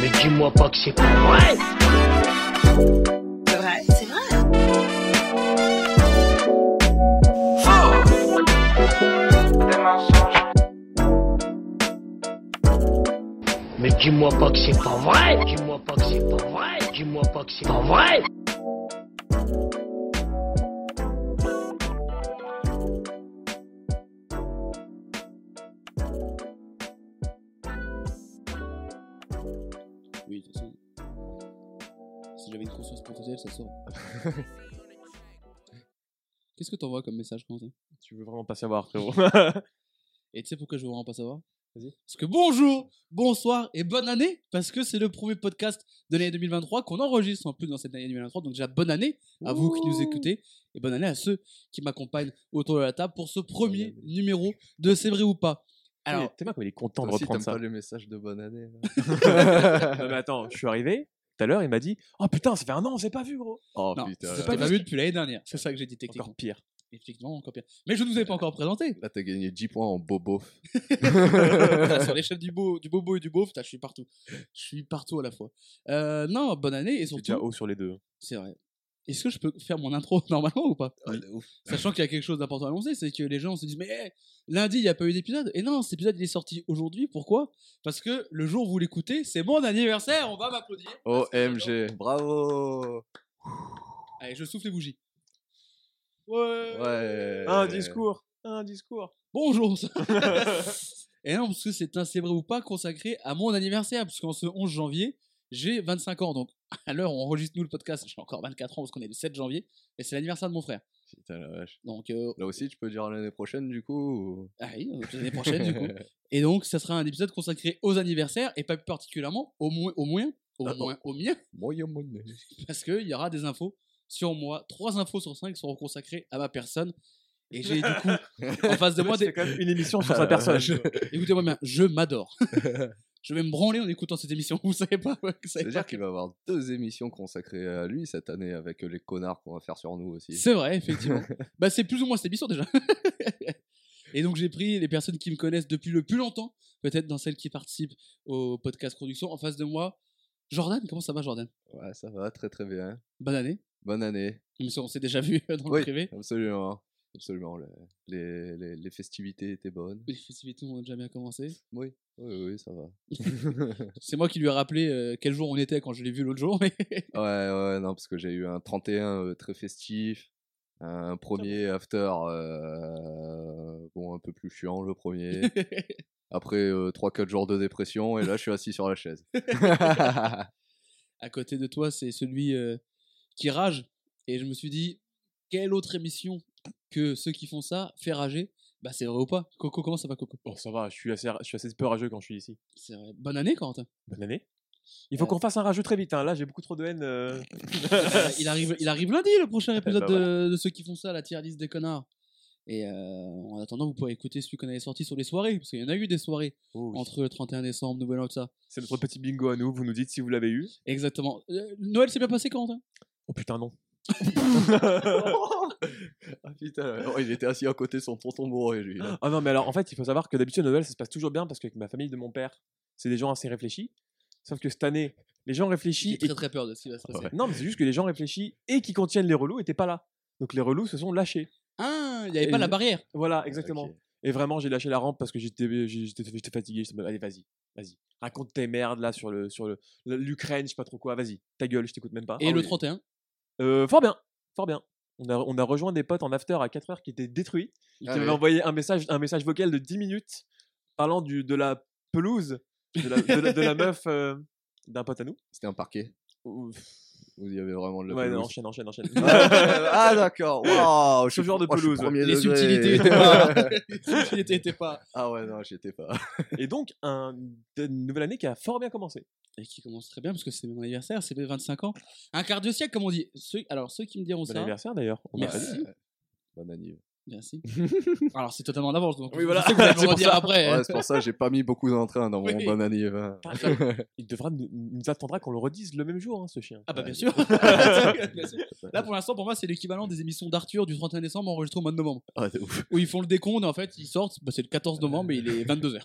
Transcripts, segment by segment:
Mais dis-moi pas que c'est pas vrai. C'est vrai, c'est vrai. Mais dis-moi pas que c'est pas vrai. Dis-moi pas que c'est pas vrai. Dis-moi pas que c'est pas vrai. Oui, de toute façon. Si j'avais une conscience potentielle, ça sort. Qu'est-ce que t'envoies comme message, Quentin? Tu veux vraiment pas savoir, frérot. Et tu sais pourquoi je veux vraiment pas savoir? Vas-y. Parce que bonjour, bonsoir et bonne année, parce que c'est le premier podcast de l'année 2023 qu'on enregistre en plus dans cette année 2023. Donc déjà bonne année à vous qui nous écoutez et bonne année à ceux qui m'accompagnent autour de la table pour ce premier numéro de C'est vrai ou pas. Alors, t'es pas comme il est content de Toi aussi, reprendre t'aimes ça. pas les messages de bonne année. Non mais attends, je suis arrivé tout à l'heure, il m'a dit "Oh putain, ça fait un an, on s'est pas vu, gros." Oh non, putain. c'est Là, pas pas vu depuis l'année dernière. C'est ça que j'ai dit techniquement. Encore pire. Effectivement, encore pire. Mais je ne vous ai pas encore présenté. là, t'as gagné 10 points en bobo. Sur l'échelle du bobo et du beauf, je suis partout. Je suis partout à la fois. Non, bonne année et C'est surtout. déjà haut sur les deux. C'est vrai. Est-ce que je peux faire mon intro normalement ou pas? Ouais, de ouf. Sachant qu'il y a quelque chose d'important à annoncer, c'est que les gens se disent mais lundi il n'y a pas eu d'épisode. Et non, cet épisode il est sorti aujourd'hui. Pourquoi? Parce que le jour où vous l'écoutez, c'est mon anniversaire. On va m'applaudir. OMG, bravo. Allez, je souffle les bougies. Ouais. Ouais. Un discours. Bonjour. Et non, parce que c'est un C'est vrai ou pas consacré à mon anniversaire, puisqu'en ce 11 janvier, j'ai 25 ans. Donc, à l'heure où on enregistre nous le podcast, j'ai encore 24 ans parce qu'on est le 7 janvier, et c'est l'anniversaire de mon frère. Putain, la vache. Donc, Là aussi, tu peux dire l'année prochaine, du coup. ah oui, l'année prochaine, du coup. Et donc, ça sera un épisode consacré aux anniversaires, et pas plus particulièrement au mien, Moyen monnaie. parce qu'il y aura des infos sur moi. 3 infos sur 5 seront consacrées à ma personne. Et j'ai du coup en face de moi C'est quand même une émission sur sa personne. Écoutez-moi bien, je m'adore. Je vais me branler en écoutant cette émission. Vous savez pas. C'est-à-dire qu'il va y avoir 2 émissions consacrées à lui cette année avec les connards qu'on va faire sur nous aussi. C'est vrai, effectivement. Bah, c'est plus ou moins cette émission déjà. Et donc, j'ai pris les personnes qui me connaissent depuis le plus longtemps, peut-être dans celles qui participent au podcast production. En face de moi, Jordan. Comment ça va, Jordan? Ouais, ça va très très bien. Bonne année. Bonne année. On s'est déjà vu dans le Oui, privé. absolument. Absolument. Les festivités étaient bonnes. Les festivités ont déjà bien commencé. Oui, oui, ça va. C'est moi qui lui ai rappelé quel jour on était quand je l'ai vu l'autre jour. Mais... Ouais, non, parce que j'ai eu un 31 très festif, un premier after, bon, un peu plus chiant le premier. Après 3-4 jours de dépression, et là je suis assis sur la chaise. À côté de toi, c'est celui qui rage. Et je me suis dit, quelle autre émission que ceux qui font ça fait rager? Bah, c'est vrai ou pas? Coco, comment ça va, Coco? Bon, ça va, je suis assez peu rageux quand je suis ici. C'est vrai. Bonne année, Quentin. Bonne année. Il faut qu'on fasse un rageux très vite, hein. Là j'ai beaucoup trop de haine. Il arrive lundi, le prochain épisode bah voilà. de ceux qui font ça, la tier list des connards. Et en attendant, vous pourrez écouter celui qu'on avait sorti sur les soirées, parce qu'il y en a eu des soirées Oh, oui. entre le 31 décembre, Nouvel An, tout ça. C'est notre petit bingo à nous, vous nous dites si vous l'avez eu. Exactement. Noël s'est bien passé, Quentin? Oh putain, non. Ah putain, oh, il était assis à côté de son tonton bourré, lui. Là. Ah non, mais alors en fait, il faut savoir que d'habitude, Noël ça se passe toujours bien parce qu'avec ma famille de mon père, c'est des gens assez réfléchis. Sauf que cette année, les gens réfléchis. J'ai très très peur de ce qui va se passer. Ouais. Non, mais c'est juste que les gens réfléchis et qui contiennent les relous étaient pas là. Donc les relous se sont lâchés. Ah, il n'y avait Et pas la je- barrière. Voilà, exactement. Ok. Et vraiment, j'ai lâché la rampe parce que j'étais fatigué. J'étais en mode, allez, vas-y. Raconte tes merdes là sur l'Ukraine, je sais pas trop quoi. Vas-y, ta gueule, je t'écoute même pas. Et Ah le oui. 31. Fort bien, fort bien. On a rejoint des potes en after à 4h qui étaient détruits. Qui Ah m'avaient ouais. envoyé un message vocal de 10 minutes parlant de la pelouse de la meuf d'un pote à nous. C'était un parquet. Ou- Où il y avait vraiment de la Ouais, non, pelouse. enchaîne. Ah d'accord. Waouh, Ce genre de pelouse, ouais. Les subtilités étaient pas. Les subtilités étaient pas. Ah ouais, non, j'y étais pas. Et donc, une nouvelle année qui a fort bien commencé. Et qui commence très bien parce que c'est mon anniversaire, c'est mes 25 ans. Un quart de siècle, comme on dit. Ceux qui me diront Bon ça. anniversaire d'ailleurs. On m'a pas Merci. dit. Bonne année. Merci. Alors, c'est totalement en avance. Donc Oui, voilà. Je sais que vous allez me C'est pour redire ça. après. Ouais, c'est pour ça que j'ai pas mis beaucoup d'entrain dans mon Oui. bon année. hein. Il nous attendra qu'on le redise le même jour, hein, ce chien. Ah bah bien sûr. Bien sûr. Là pour l'instant pour moi c'est l'équivalent des émissions d'Arthur du 31 décembre enregistrées au mois de novembre. Ah, de ouf. Où ils font le décompte et en fait ils sortent, bah, c'est le 14 novembre et il est 22h.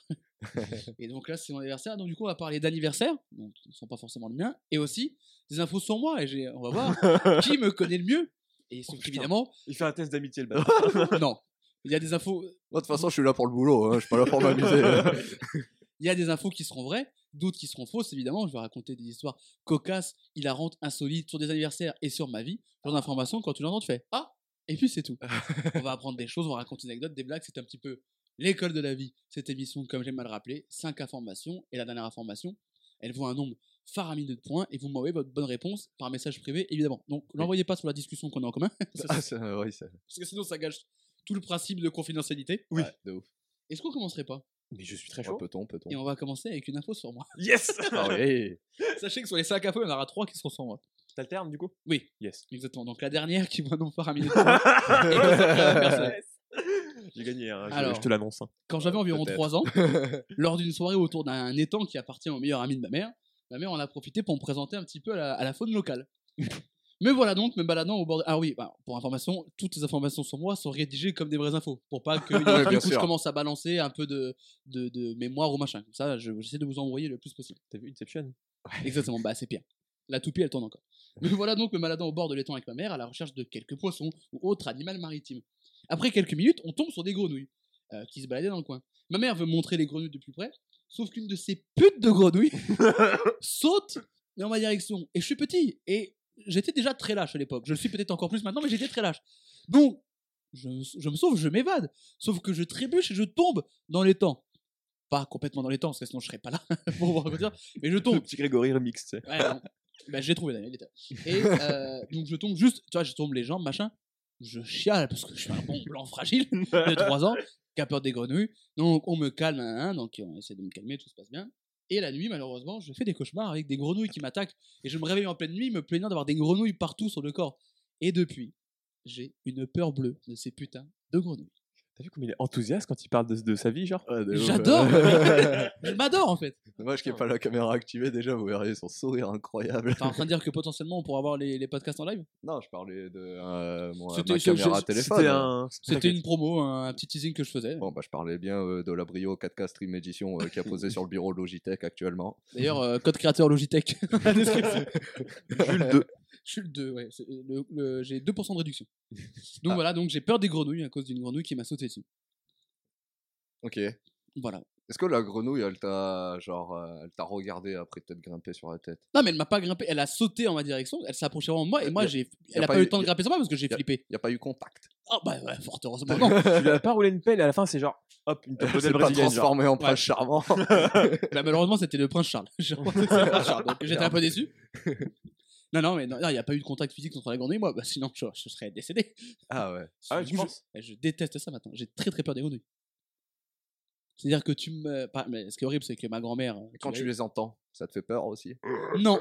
Et donc là, c'est mon anniversaire. Donc du coup, on va parler d'anniversaire, donc qui ne sont pas forcément le mien, et aussi des infos sur moi. Et on va voir qui me connaît le mieux. Et sauf qu'évidemment, Il fait un test d'amitié, le bâtard. non. Il y a des infos. Moi, de toute façon, je suis là pour le boulot, hein, je suis pas là pour m'amuser. Il y a des infos qui seront vraies, d'autres qui seront fausses, évidemment. Je vais raconter des histoires cocasses, hilarantes, insolites sur des anniversaires et sur ma vie. Genre d'informations, quand tu l'entends, tu fais ah. Et puis c'est tout. On va apprendre des choses, on va raconter des anecdotes, des blagues. C'est un petit peu l'école de la vie. Cette émission, comme j'aime à le rappeler, 5 informations. Et la dernière information, elle vaut un nombre faramineux de points. Et vous m'envoyez votre bonne réponse par message privé, évidemment. Donc, l'envoyez pas sur la discussion qu'on a en commun. Oui, Parce que sinon, ça gâche tout le principe de confidentialité. Oui. Ouais, de ouf. Est-ce qu'on commencerait pas? Mais je suis très Ouais, chaud. peut-on. Et on va commencer avec une info sur moi. Yes. Ah oui. Sachez que sur les 5 infos, il y en aura 3 qui seront sur moi. T'alternes du coup? Oui, Yes. exactement. Donc la dernière qui vaut un nombre faramineux de points. Et consacrée à la personne. J'ai gagné, hein, Alors. je te l'annonce. Hein. Quand j'avais environ Peut-être. 3 ans, lors d'une soirée autour d'un étang qui appartient au meilleur ami de ma mère en a profité pour me présenter un petit peu à la faune locale. Me voilà donc me baladant au bord de... Ah oui, bah, pour information, toutes les informations sur moi sont rédigées comme des vraies infos. Pour pas que Ouais, bien je sûr. commence à balancer un peu de mémoire ou machin. Comme ça, j'essaie de vous embrouiller le plus possible. T'as vu Inception? Exactement, bah c'est pire. La toupie, elle tourne encore. Me voilà donc me baladant au bord de l'étang avec ma mère à la recherche de quelques poissons ou autres animaux maritimes. Après quelques minutes, on tombe sur des grenouilles qui se baladaient dans le coin. Ma mère veut me montrer les grenouilles de plus près, sauf qu'une de ces putes de grenouilles saute dans ma direction. Et je suis petit, et j'étais déjà très lâche à l'époque. Je le suis peut-être encore plus maintenant, mais j'étais très lâche. Donc, je me sauve, je m'évade. Sauf que je trébuche et je tombe dans l'étang. Pas complètement dans l'étang, parce que sinon je serais pas là pour vous raconter. Mais je tombe. Le petit Grégory remix, tu sais. Ouais, non. Bah, je l'ai trouvé Daniel. Il était là. Et donc je tombe juste, tu vois, je tombe les jambes, machin. Je chiale parce que je suis un bon blanc fragile de 3 ans qui a peur des grenouilles. Donc on me calme, hein, donc on essaie de me calmer, tout se passe bien. Et la nuit, malheureusement, je fais des cauchemars avec des grenouilles qui m'attaquent. Et je me réveille en pleine nuit, me plaignant d'avoir des grenouilles partout sur le corps. Et depuis, j'ai une peur bleue de ces putains de grenouilles. T'as vu comme il est enthousiaste quand il parle de sa vie, genre? Ouais, de ouf. J'adore. Je m'adore en fait. Dommage qu'il n'y ait pas la caméra activée déjà, vous verrez son sourire incroyable. T'es en train de dire que potentiellement on pourra voir les podcasts en live? Non, je parlais de C'était- ma caméra téléphone. C'était un. C'était une promo, un petit teasing que je faisais. Bon, bah, je parlais bien de la Brio 4K Stream Edition qui a posé sur le bureau de Logitech actuellement. D'ailleurs, code créateur Logitech. dans la description. Jules 2. Je suis le 2, ouais. J'ai 2% de réduction. Donc voilà, donc j'ai peur des grenouilles à cause d'une grenouille qui m'a sauté dessus. Ok. Voilà. Est-ce que la grenouille, elle t'a regardé après t'être grimpé sur la tête? Non, mais elle m'a pas grimpé, elle a sauté en ma direction, elle s'est approchée vraiment de moi et moi, elle a pas pas eu eu- le temps de y a- grimper sur moi parce que j'ai flippé. Y a pas eu contact. Oh, bah ouais, fort heureusement, non. Tu lui as pas roulé une pelle et à la fin, c'est genre, hop, une top Elle modèle s'est pas brésilienne. Genre. transformée en prince Ouais. charmant. Bah, malheureusement, c'était le prince Charles. J'ai remarqué que c'était le prince Charles, donc j'étais un peu déçu. Non, mais il n'y a pas eu de contact physique entre la grenouille et moi, bah, sinon je serais décédé. Ah ouais. Ah ouais, Du tu coup, penses? je déteste ça maintenant. J'ai très très peur des grenouilles. C'est-à-dire que tu me. Mais ce qui est horrible, c'est que ma grand-mère. Quand l'as tu eu. les entends, ça te fait peur aussi? Non,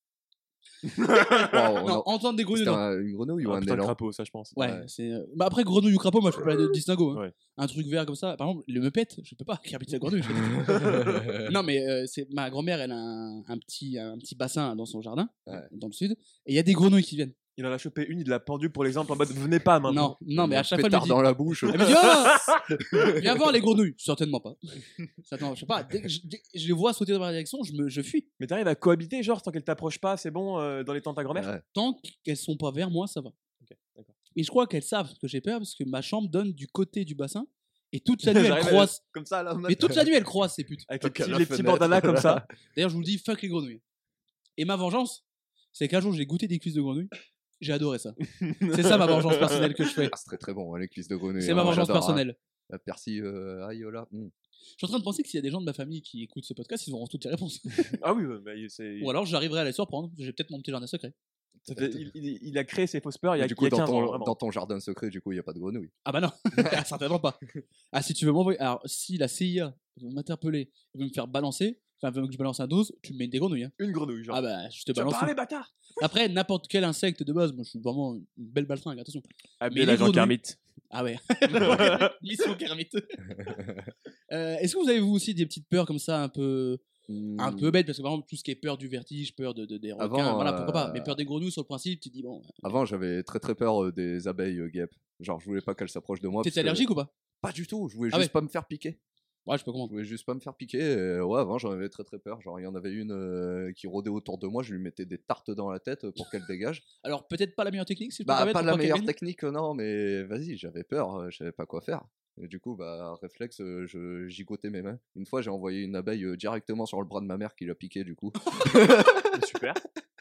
Waouh, non, entendre des grenouilles. C'était non. une grenouille ou Ah, un putain, le élan? crapaud, ça, je pense. Ouais, Ouais. c'est. Bah après, grenouille ou crapaud, moi je fais pas de distinguo. Hein. Ouais. Un truc vert comme ça, par exemple, le meupette, je peux pas. Qui habite la grenouille. je- non, mais ma grand-mère, elle a un petit bassin dans son jardin, Ouais. dans le sud, et il y a des grenouilles qui viennent. Il en a chopé une, il l'a pendue pour l'exemple en mode venez pas maintenant. Non, mais à chaque fois, elle me Pétard dit. dans la bouche. Elle me dit oh viens voir les grenouilles. Certainement pas. Je sais pas. Dès que je les vois sauter dans ma direction, je fuis. Mais t'arrives à cohabiter, genre, tant qu'elle t'approche pas, c'est bon, dans les temps de ta grand-mère? Ouais. Tant qu'elles sont pas vers moi, ça va. Ok, d'accord. Et je crois qu'elles savent que j'ai peur parce que ma chambre donne du côté du bassin et toute la nuit elle J'arrive à- croise. Comme ça, là. Mais toute la nuit elle croise ces putes. Avec Donc, à la les petits fenêtre. bandanas comme ça. D'ailleurs, je vous le dis, fuck les grenouilles. Et ma vengeance, c'est qu'un jour j'ai goûté des cuisses de grenouille. J'ai adoré ça. C'est ça ma vengeance personnelle que je fais. Ah, c'est très très bon, hein, les cuisses de grenouille. C'est ma hein, vengeance j'adore, hein. personnelle. La persil aïe, là. Je suis en train de penser que s'il y a des gens de ma famille qui écoutent ce podcast, ils auront toutes les réponses. Ah oui, mais c'est. Ou alors j'arriverai à les surprendre. J'ai peut-être mon petit jardin secret. Il a créé ses fausses peurs il y a, Du coup, il y a 15 ans, dans vraiment. ton jardin secret, du coup, il n'y a pas de grenouille. Ah bah non, certainement pas. Ah, si tu veux m'envoyer. Alors, si la CIA veut m'interpeller, veut me faire balancer, enfin, veut que je balance un dose, tu me mets des grenouilles. Hein. Une grenouille, genre. Ah bah, je te tu vas balance. parler, tout. bâtard! Après, n'importe quel insecte de base, moi je suis vraiment une belle baltringue, attention. Appelez les l'agent grenouilles- Kermit. Ah ouais. Mission Kermit. Est-ce que vous avez vous aussi des petites peurs comme ça un peu bêtes parce que par exemple tout ce qui est peur du vertige, peur des requins, Avant, voilà pourquoi pas. Mais peur des grenouilles sur le principe, tu te dis bon. Avant, j'avais très très peur des abeilles guêpes. Genre, je voulais pas qu'elles s'approchent de moi. T'étais parce que- allergique ou pas? Pas du tout, je voulais Ah juste ouais. pas me faire piquer. Ouais, je peux Je comprendre. voulais juste pas me faire piquer. Et ouais, avant, j'en avais très très peur. Genre, il y en avait une qui rôdait autour de moi. Je lui mettais des tartes dans la tête pour qu'elle dégage. Alors, peut-être pas la meilleure technique, si je peux me Bah, permettre, pas pour la qu'elle meilleure gagne. technique, non, mais vas-y, j'avais peur. Je savais pas quoi faire. Et du coup, bah, réflexe, je gigotais mes mains. Une fois, j'ai envoyé une abeille directement sur le bras de ma mère qui l'a piqué, du coup. Super.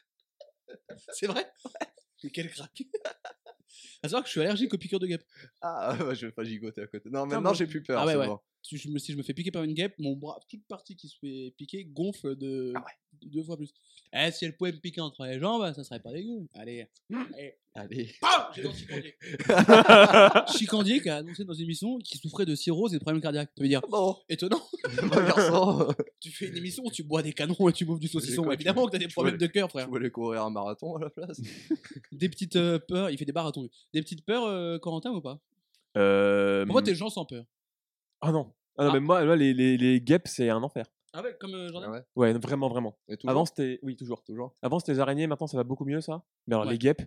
C'est vrai. Mais quel crack. À savoir que je suis allergique aux piqûres de guêpe. Ah, bah, je vais pas gigoter à côté. Non, Putain, maintenant, moi- j'ai plus peur. Ah ouais, c'est ouais. bon. Si je me fais piquer par une guêpe, mon bras, toute partie qui se fait piquer gonfle de 2 fois plus. Eh, si elle pouvait me piquer entre les jambes, ça serait pas dégueu. Allez. Allez. Allez. Pam, j'ai dans Chicandier. Chicandier qui a annoncé dans une émission qu'il souffrait de cirrhose et de problèmes cardiaques. Ça veut dire, Bon, étonnant, mon garçon, tu fais une émission où tu bois des canons et tu bouffes du saucisson. quoi, Évidemment que t'as des problèmes de cœur, tu frère. voulais courir un marathon à la place. Des petites peurs, il fait des marathons. Lui. Des petites peurs, Corentin, ou pas? Pour moi, t'es gens sans peur. Ah non. Ah non, Ah. mais moi, les guêpes, c'est un enfer. Ah ouais, comme Jordan? Ah ouais. Ouais, vraiment, vraiment. Et toujours, Avant, c'était. Oui, toujours. toujours. Avant, c'était les araignées, maintenant, ça va beaucoup mieux, ça. Mais alors, Ouais. les guêpes.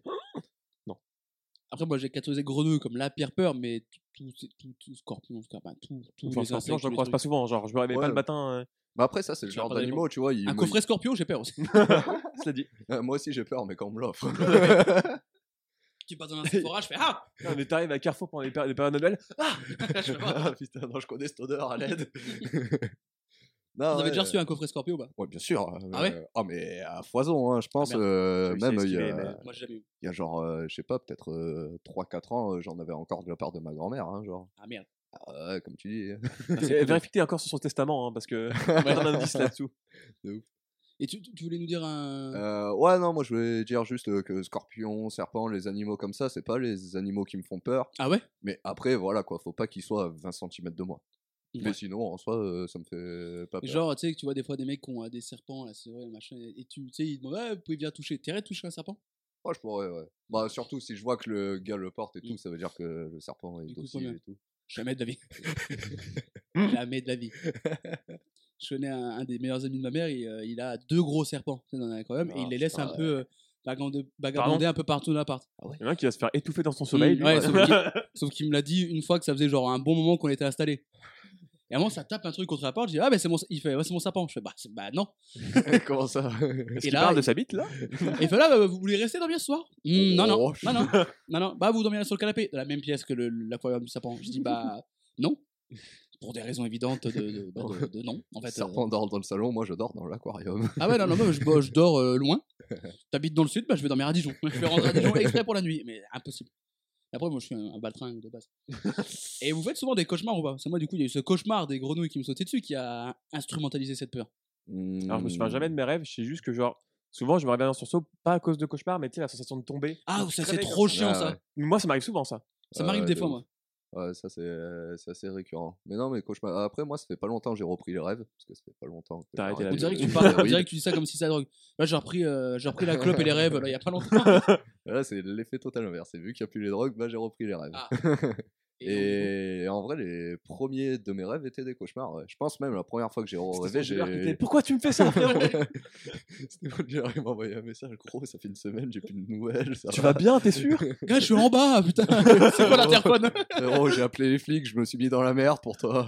Après, moi, j'ai catégorisé grenouille comme la pire peur, mais tout scorpion, tout Enfin, les scorpion, insectes, je le tous croise les pas trucs. souvent. Genre, je me réveille pas Ouais. le matin. Mais après, ça, c'est le Je sais genre pas d'animaux, tu vois. Un coffret scorpion, j'ai peur aussi. Cela dit. Moi aussi, j'ai peur, mais quand on me l'offre. Tu passes dans un Sephora, je fais ah. Non, mais t'arrives à Carrefour pendant les périodes de Noël. Je fais pas. Ah, putain, non, je connais cette odeur à l'aide. Vous avez déjà reçu un coffret scorpion ou pas? Ouais, bien sûr. Ah ouais? Ah, mais à foison, hein, je pense. J'ai Même, essayé il y d'esquiver, a, mais- Moi, j'ai jamais eu. il y a genre, je sais pas, peut-être 3-4 ans, j'en avais encore de la part de ma grand-mère. Hein, genre. Ah merde. Ah ouais, comme tu dis. Vérifie que t'es encore sur son testament, hein, parce que. Ouais, on a un indice là-dessous. Et tu voulais nous dire un. Ouais, non, moi je voulais dire juste que scorpions, serpents, les animaux comme ça, c'est pas les animaux qui me font peur. Ah ouais? Mais après, voilà quoi, faut pas qu'ils soient à 20 cm de moi. Ouais. Mais sinon, en soi, ça me fait pas peur. Genre, tu sais, que tu vois des fois des mecs qui ont des serpents, là, c'est vrai, machin, et tu sais, ils demandent, ouais, vous pouvez bien toucher. T'aimerais toucher un serpent? Moi, je pourrais, ouais. Bah, surtout si je vois que le gars le porte et tout, ça veut dire que le serpent est Écoute-moi docile bien. et tout. Jamais de la vie. Jamais de la vie. Je connais un des meilleurs amis de ma mère, il a 2 gros serpents tu sais, dans l'aquarium, et il les laisse un peu vagabonder un peu partout dans l'appart. Il y en a un qui va se faire étouffer dans son sommeil. lui. Ouais, sauf qu'il me l'a dit une fois que ça faisait genre un bon moment qu'on était installé. Et à un moment, ça tape un truc contre la porte, je dis, ah, bah c'est mon, il fait, ouais, c'est mon serpent. Je fais, bah non. Comment ça? Est-ce Et qu'il là, parle de il- sa bite, là Et il fait, là, bah, vous voulez rester dormir ce soir? Non, non, Oh, non, non, non, non. Bah, vous dormirez sur le canapé, dans la même pièce que l'aquarium du serpent. Je dis, bah, non. Pour des raisons évidentes de non. En fait, serpent dort dans le salon, moi je dors dans l'aquarium. Ah ouais, non, non, je dors loin. T'habites dans le sud, bah, je vais dormir à Dijon. Je vais rentrer à Dijon exprès pour la nuit, mais impossible. Après, moi, je suis un baltringue de base. Et vous faites souvent des cauchemars ou pas? Parce que moi, du coup, il y a eu ce cauchemar des grenouilles qui me sautaient dessus qui a instrumentalisé cette peur. Alors, je me souviens jamais de mes rêves. Je sais juste que, genre, souvent, je me réveille en sursaut, pas à cause de cauchemar, mais tu sais, la sensation de tomber. Ah, Donc, tu ça, te c'est réveilles trop comme ça. chiant, Ah, ça. ouais. Moi, ça m'arrive souvent, ça. Ça m'arrive des de fois, ouf. moi. Ouais, ça c'est assez récurrent. Mais non, mais cauchemar. Après, moi, ça fait pas longtemps que j'ai repris les rêves. Parce que ça fait pas longtemps. Que T'as arrêté j'ai la On dirait que tu de parles, on stéroïdes. dirait que tu dis ça comme si ça drogue. Là, j'ai repris la clope et les rêves, là, il y a pas longtemps. Là, c'est l'effet total inverse. Et vu qu'il n'y a plus les drogues, bah, j'ai repris les rêves. Ah. Et en vrai, les premiers de mes rêves étaient des cauchemars. Ouais. Je pense même la première fois que j'ai rêvé, j'ai. Pourquoi tu me fais ça, frérot? C'était mon dieu, il m'a envoyé un message. Gros, ça fait une semaine, j'ai plus de nouvelles. Ça Tu va. vas bien, t'es sûr? Gars, je suis en bas, putain. C'est quoi l'interphone? Frérot, j'ai appelé les flics, je me suis mis dans la merde pour toi.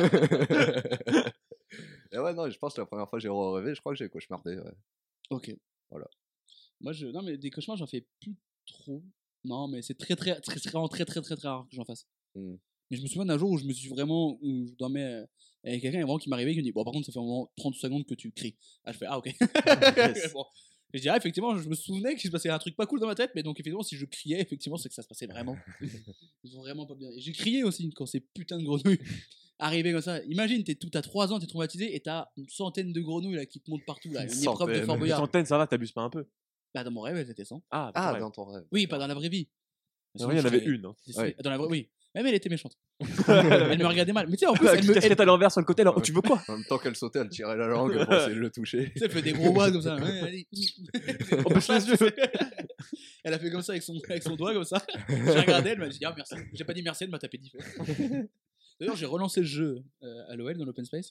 Et ouais, non, je pense que la première fois que j'ai rêvé, je crois que j'ai cauchemardé. Ouais. Ok. Voilà. Moi, non, mais des cauchemars, j'en fais plus trop. Non, mais c'est vraiment très rare que j'en fasse. Hmm. Mais je me souviens d'un jour où où je dormais avec quelqu'un et vraiment qui m'arrivait qui me dit, bon, par contre, ça fait vraiment 30 secondes que tu cries. Ah, je fais, ah, ok. Bon. Et je dis, ah, effectivement, je me souvenais qu'il se passait un truc pas cool dans ma tête, mais donc, effectivement, si je criais, effectivement, c'est que ça se passait vraiment. Vraiment pas bien. Et j'ai crié aussi quand ces putains de grenouilles arrivaient comme ça. Imagine, t'as 3 ans, t'es traumatisé et t'as une centaine de grenouilles là, qui te montent partout, là. Une épreuve de Centaine. Fort Les Boyard. centaines, ça va, t'abuses pas un peu. Bah, dans mon rêve, elles étaient 100. Ah, Ah, ouais. dans ton rêve. Oui, pas dans la vraie vie. En vrai, il y en avait une. Hein. Ouais. Dans la vraie, oui. Même elle était méchante. Elle me regardait mal. Mais tu sais, en plus, elle Avec me. une casquette à l'envers sur le côté, alors Ouais. tu veux quoi? En même temps qu'elle sautait, elle tirait la langue pour essayer de le toucher. Tu sais, elle fait des gros doigts comme ça. Ouais, allez. On bouge les yeux. Elle a fait comme ça avec son doigt, comme ça. J'ai regardé, elle m'a dit, ah, merci. J'ai pas dit merci, elle m'a tapé 10 fois. D'ailleurs, j'ai relancé le jeu à l'OL dans l'open space.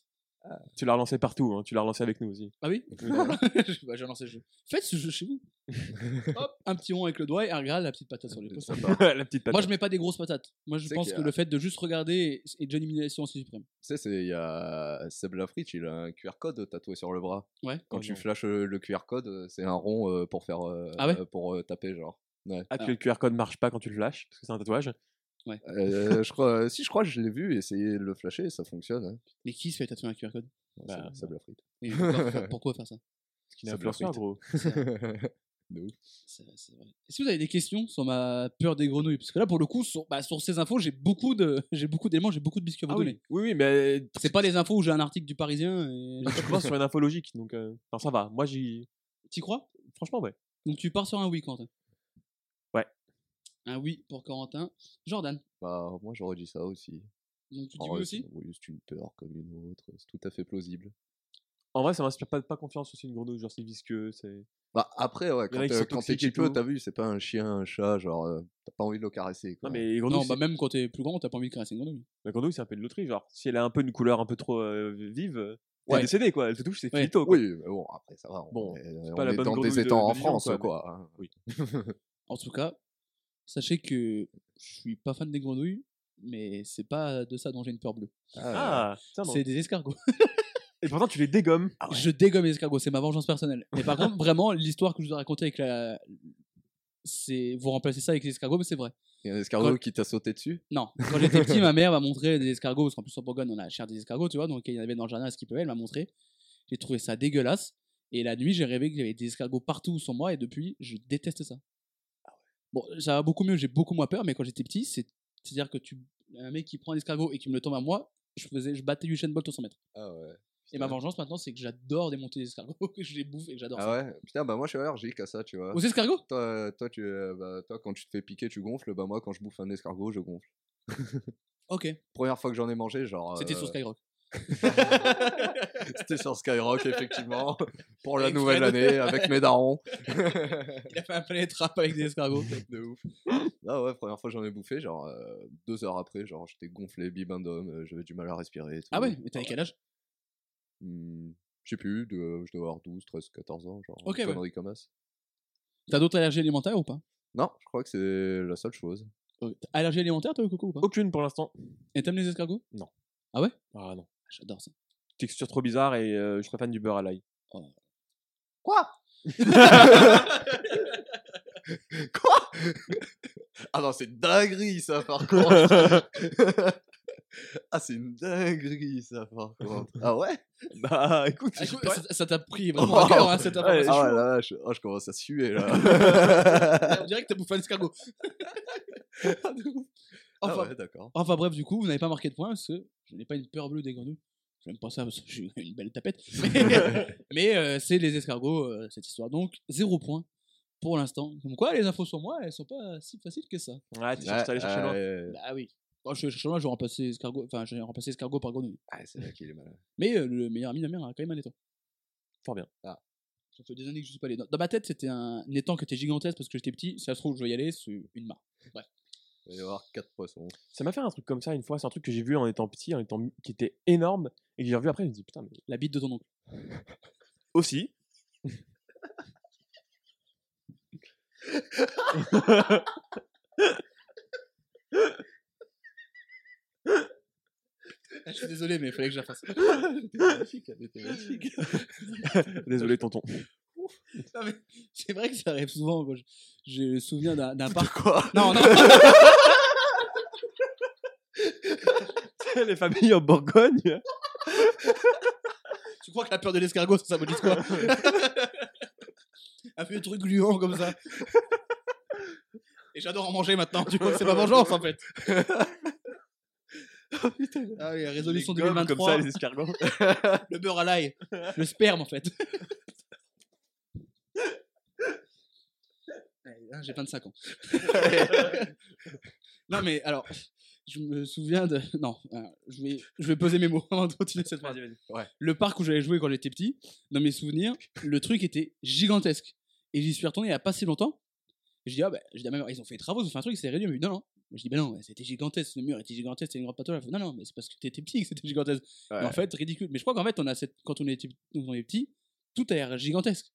Tu l'as relancé partout, hein. Tu l'as relancé avec nous aussi. Ah oui. Bah, j'ai lancé le jeu. Faites ce jeu chez vous. Hop, un petit rond avec le doigt et regarde la petite patate sur les pouces. La petite patate. Moi, je mets pas des grosses patates. Moi, je C'est pense qu'il y que a- le fait de juste regarder est déjà une élimination aussi suprême. Tu sais, il y a Seb Lafrite, il a un QR code tatoué sur le bras. Ouais. Quand Oh tu non. flashes le QR code, c'est un rond pour faire Ah ouais pour taper genre. Ouais. Ah, que le QR code marche pas quand tu le flashes, parce que c'est un tatouage. Je crois que je l'ai vu essayer de le flasher et ça fonctionne. Hein. Mais qui se fait tatouer un QR code? Ouais, Bah, Seb Lafrite. Et pourquoi faire ça? Parce qu'il est Ça influenceur, bluffe. gros. De ouf. C'est vrai. Est-ce que vous avez des questions sur ma peur des grenouilles? Parce que là, pour le coup, sur ces infos, j'ai beaucoup d'éléments, j'ai beaucoup de biscuits à vous Ah donner. oui, mais C'est pas les infos où j'ai un article du Parisien. Et... tu commences sur une info logique, donc enfin, ça va. Moi, T'y crois? franchement, ouais. Donc tu pars sur un oui, Quentin. Ouais. Un oui pour Corentin. Jordan. Bah, moi j'aurais dit ça aussi. Donc tu dis En oui vrai, aussi? oui, c'est une peur comme une autre, c'est tout à fait plausible. En vrai, ça m'inspire pas confiance aussi une grenouille, genre c'est visqueux, c'est. Bah après, ouais, y en a qui sont quand t'es toxiques et petit peu, tout. t'as vu, c'est pas un chien, un chat, genre t'as pas envie de le caresser. Quoi. Non, mais les grenouilles, Non, bah même quand t'es plus grand, t'as pas envie de caresser une grenouille. la grenouille, c'est un peu de loterie. Genre, si elle a un peu une couleur un peu trop vive, t'es Ouais. décédé, quoi. Elle te touche, c'est Ouais. finito, quoi. Oui, mais bon, après ça va. Bon, on pas la est bonne dans grenouille des étangs de en Dijon, France, quoi, quoi. hein. Oui. En tout cas, sachez que je suis pas fan des grenouilles, mais c'est pas de ça dont j'ai une peur bleue. Ah, tiens, non. C'est des escargots. Et pourtant, tu les dégommes. Je dégomme les escargots, c'est ma vengeance personnelle. Mais par contre, vraiment, l'histoire que je vous ai racontée avec vous remplacez ça avec les escargots, mais c'est vrai. Il y a un escargot Quand- qui t'a sauté dessus. Non, quand j'étais petit, ma mère m'a montré des escargots, parce qu'en plus en Bourgogne, on a la chair des escargots, tu vois, donc il y en avait dans le jardin à ce qu'il peut, elle m'a montré. J'ai trouvé ça dégueulasse. Et la nuit, j'ai rêvé qu'il y avait des escargots partout sur moi, et depuis, je déteste ça. Bon, ça va beaucoup mieux, j'ai beaucoup moins peur, mais quand j'étais petit, c'est-à-dire que un mec qui prend un escargot et qui me le tombe à moi, je battais Usain Bolt au 100 mètres. Ah ouais. Et ma vengeance maintenant, c'est que j'adore démonter des escargots, que je les bouffe et que j'adore Ah ça. ouais. Putain, bah moi je suis allergique à ça, tu vois. Aux escargots? Toi, quand tu te fais piquer, tu gonfles. Bah moi, quand je bouffe un escargot, je gonfle. Ok. Première fois que j'en ai mangé, genre. C'était sur Skyrock. C'était sur Skyrock, effectivement, pour la Avec nouvelle Fred. année, avec mes darons. Il a fait un planet rap avec des escargots. De ouf. Ah ouais, première fois que j'en ai bouffé, genre 2 heures après, genre j'étais gonflé, bibendum, j'avais du mal à respirer. Et tout. Ah ouais, mais t'avais quel âge? Je sais plus, je dois avoir 12, 13, 14 ans, genre. Ok, une ouais. connerie comme ça. T'as d'autres allergies alimentaires ou pas? Non, je crois que c'est la seule chose. T'as allergie alimentaire toi, Coco, ou pas? Aucune pour l'instant. Et t'aimes les escargots? Non. Ah ouais? Ah non. Ah, j'adore ça. Texture trop bizarre et je suis pas fan du beurre à l'ail. Quoi? Quoi? Ah non, c'est dinguerie ça par contre. Ah, c'est une dinguerie ça par contre. Ah ouais? Bah écoute, Ah, je écoute, sais pas. ça t'a pris vraiment à cœur, hein, cette Ouais, information. Ah ouais, là, je commence à suer là. On dirait que t'as bouffé un escargot. Ah Enfin, ouais, d'accord. enfin bref, du coup, vous n'avez pas marqué de point parce que je n'ai pas une peur bleue des grenouilles. J'aime pas ça parce que j'ai une belle tapette. Mais c'est les escargots, cette histoire. Donc, 0 point pour l'instant. Comme quoi, les infos sur moi, elles sont pas si faciles que ça. Ouais, t'es sûr que t'es allé chercher loin. Bah oui. Moi, je suis chez moi, j'ai remplacé escargot par grenouille. Ah, c'est là qu'il est malin. Mais le meilleur ami de ma mère a quand même un étang. Fort bien. Ça fait des années que je suis pas allé. Dans ma tête, c'était un étang qui était gigantesque parce que j'étais petit. Si ça se trouve, je vais y aller, c'est une mare. Bref. Il va y avoir 4 poissons. Ça m'a fait un truc comme ça une fois. C'est un truc que j'ai vu en étant petit, qui était énorme et que j'ai revu après. Je me dis putain, mais La bite de ton oncle. aussi. Ah, je suis désolé, mais il fallait que je la fasse. Magnifique, elle était magnifique. Désolé, tonton. Non, mais c'est vrai que ça arrive souvent. Quoi. J'ai le souvenir d'un parc. Quoi? Non, non. Les familles en Bourgogne. Tu crois que la peur de l'escargot, ça symbolise quoi? Un peu de trucs gluants comme ça. Et j'adore en manger maintenant. Tu vois que c'est ma vengeance en fait. Allez, résolution Les gommes 2023. comme ça, les escargots. Le beurre à l'ail. Le sperme en fait. Allez, hein, j'ai 25 ans. Non mais alors, je me souviens de... Non, je vais poser mes mots avant de continuer cette phrase. Ouais. Le parc où j'allais jouer quand j'étais petit, dans mes souvenirs, le truc était gigantesque. Et j'y suis retourné il y a pas si longtemps. Et je dis, ah bah, je dis à ma mère, ils ont fait des travaux, ils ont fait un truc, c'est réduit. Elle me dit, non, non, Je dis, ben non, c'était gigantesque, le mur était gigantesque, c'était une grande patauge. Elle fait, non, non, mais c'est parce que t'étais petit que c'était gigantesque. Et en fait, ridicule. Mais je crois qu'en fait, quand on était petit, tout a l'air gigantesque.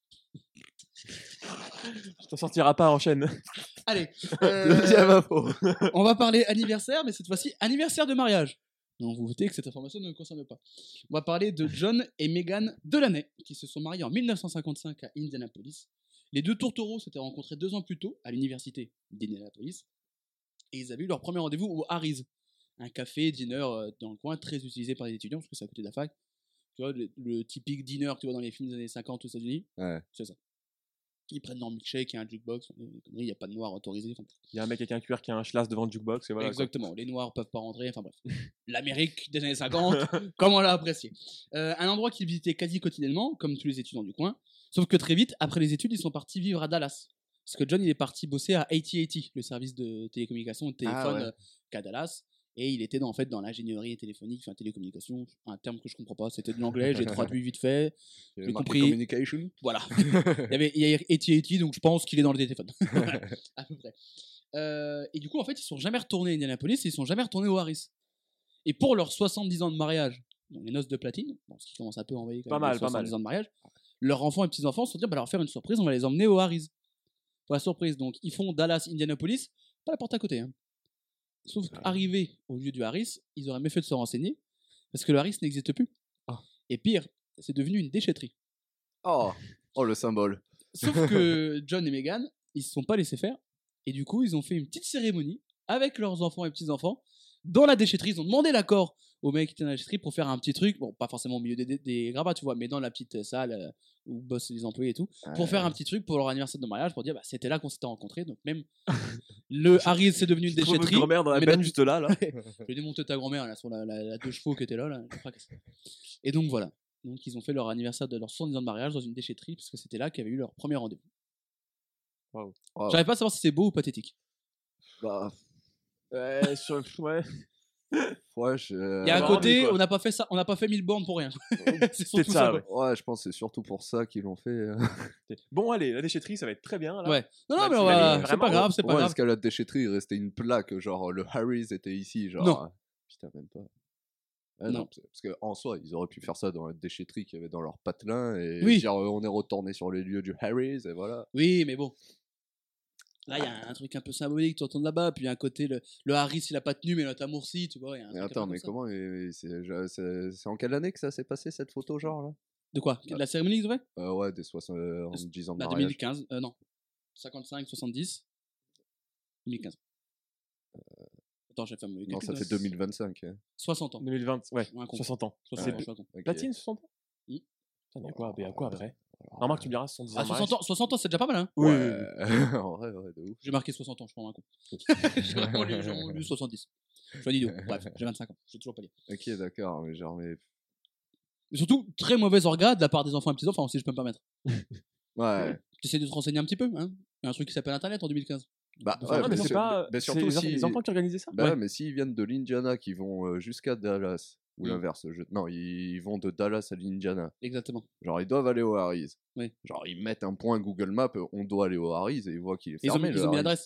Je t'en sortiras pas, enchaîne. Allez, Deuxième info. on va parler anniversaire, mais cette fois-ci, anniversaire de mariage. Donc vous votez que cette information ne me concerne pas. On va parler de John et Meghan Delaney, qui se sont mariés en 1955 à Indianapolis. Les deux tourtereaux s'étaient rencontrés 2 ans plus tôt à l'université d'Indianapolis. Et ils avaient eu leur premier rendez-vous au Harry's, un café dîner dans le coin, très utilisé par les étudiants, parce que c'est à côté de la fac. Tu vois, le typique dîner que tu vois dans les films des années 50 aux États-Unis, Ouais. c'est ça. Ils prennent leur milkshake et un jukebox, il n'y a pas de noir autorisé. Enfin, Il y a un mec avec un cuir qui a un schlass devant le jukebox et voilà. quoi. exactement, les noirs peuvent pas rentrer, enfin bref. L'Amérique des années 50, comme on l'a apprécié. Un endroit qu'ils visitaient quasi quotidiennement, comme tous les étudiants du coin, sauf que très vite, après les études, ils sont partis vivre à Dallas. Parce que John, il est parti bosser à AT&T, le service de télécommunication et de téléphone ouais. qu'à Dallas. Et il était en fait dans l'ingénierie téléphonique, enfin télécommunication, un terme que je comprends pas, c'était de l'anglais, j'ai traduit vite fait. Il y J'ai avait marqué compris. communication. Voilà. il y a AT&T, donc je pense qu'il est dans le téléphone. Voilà, à peu près. Et du coup, en fait, ils sont jamais retournés à Indianapolis et ils sont jamais retournés au Harris. Et pour leurs 70 ans de mariage, donc les noces de platine, bon, ce qui commence un peu à envoyer quand Pas même mal, les pas 70 mal. ans de mariage, leurs enfants et petits-enfants se sont dit, bah, leur faire une surprise, on va les emmener au Harris. Pour la surprise, donc ils font Dallas, Indianapolis, pas la porte à côté. Hein. Sauf qu'arrivés au lieu du Harris, ils auraient mieux fait de se renseigner, parce que le Harris n'existe plus. Ah. Et pire, c'est devenu une déchetterie. Oh, le symbole. Sauf que John et Meghan, ils se sont pas laissés faire. Et du coup, ils ont fait une petite cérémonie avec leurs enfants et petits-enfants dans la déchetterie. Ils ont demandé l'accord au mec qui était dans la déchetterie pour faire un petit truc. Bon, pas forcément au milieu des gravats, tu vois, mais dans la petite salle où bossent les employés et tout. Pour faire un petit truc pour leur anniversaire de mariage, pour dire, bah, c'était là qu'on s'était rencontrés. Donc même le Harris, c'est devenu une Je trouve votre déchetterie. grand-mère dans la mais benne juste là. je vais démonter ta grand-mère là, sur la 2 chevaux qui était là. Je fracasse. Et donc voilà. Donc ils ont fait leur anniversaire de leurs 70 ans de mariage dans une déchetterie, parce que c'était là qu'avaient eu leur premier rendez-vous. Wow. J'arrive pas à savoir si c'est beau ou pathétique. Bah, Ouais, ouais. ouais, Il y a un bah, côté, quoi. on n'a pas fait ça, on n'a pas fait 1000 bornes pour rien. C'est surtout ça, ça. ouais. ouais, je pense que c'est surtout pour ça qu'ils l'ont fait. Bon, allez, la déchetterie, ça va être très bien. Là. Ouais. Non, non, Bah, mais tu on vas va... aller c'est vraiment- pas grave, c'est pas Ouais, grave. parce qu'à la déchetterie, il restait une plaque, genre le Harry's était ici, genre. Non. Putain, même pas. Ah, Non. parce qu'en soi, ils auraient pu faire ça dans la déchetterie qu'il y avait dans leur patelin et Oui. dire on est retourné sur les lieux du Harry's et voilà. Oui, mais bon. Là, il y a un truc un peu symbolique, tu retournes là-bas, puis il y a un côté, le Harris, il a pas tenu, mais notre amour si, tu vois. Il y a un Mais truc un peu attends, comme mais ça. comment c'est en quelle année que ça s'est passé cette photo, genre là De quoi De la cérémonie qu'ils ont fait Ouais, des 70 ans de Bah, mariage. 2015, non. 55, 70. 2015. Attends, j'ai fait un mauvais Non, calcul, ça fait 2025. hein. 60 ans. 2020, ouais, Un con. 60 ans. 60 ans, je suis un con. Ok. Platine, 60 ans Hmm. Putain, il y a quoi, il y a quoi après Normalement, tu me diras 70 ans. Ah, de 60 mariage. ans, 60 ans, c'est déjà pas mal, hein. Oui, Ouais. oui, oui. En vrai, de ouf. J'ai marqué 60 ans, je prends un con. J'ai vraiment lu 70. Je suis un idiot. Bref, j'ai 25 ans. Je sais toujours pas lire. Ok, d'accord, mais genre, mais. Et surtout, très mauvaise orga de la part des enfants et petits-enfants, si je peux me permettre. Ouais. Tu essaies de te renseigner un petit peu, hein. Il y a un truc qui s'appelle Internet en 2015. Bah, Enfin, ouais, Non, mais parce c'est que- pas. mais c'est surtout si. les enfants qui organisaient ça Bah, Ouais. ouais, mais s'ils viennent de l'Indiana, qui vont jusqu'à Dallas, ou Mm. l'inverse, non, ils vont de Dallas à l'Indiana. Exactement. Genre, ils doivent aller au Harry's. Oui. Genre, ils mettent un point Google Maps, on doit aller au Harry's, et ils voient qu'il est Ils ont, fermé. mis- le ils ont mis Harry's. l'adresse.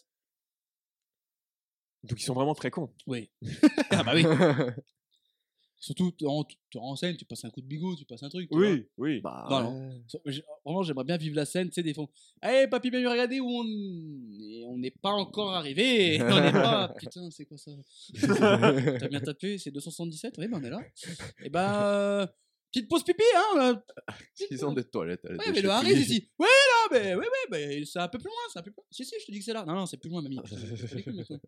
Donc ils sont vraiment très cons. Oui. Ah bah oui. Surtout, tu te renseignes, tu passes un coup de bigot, tu passes un truc. tu vois. Oui, oui. Bah, Non, ouais. Vraiment, j'aimerais bien vivre la scène, tu sais, des fois. Hey, papy, bien regardez où on n'est pas encore arrivé. On n'est pas. Putain, c'est quoi ça T'as bien tapé, c'est 277. Oui, ben on est là. Et ben, petite pause pipi, hein. Là. Ils ont des toilettes. à la Ouais, mais le déchetterie. Harris ici. Ouais, là, mais ouais, c'est un peu plus loin, c'est un peu plus loin. Si, je te dis que c'est là. Non, c'est plus loin, mamie. Je fais les couilles maintenant.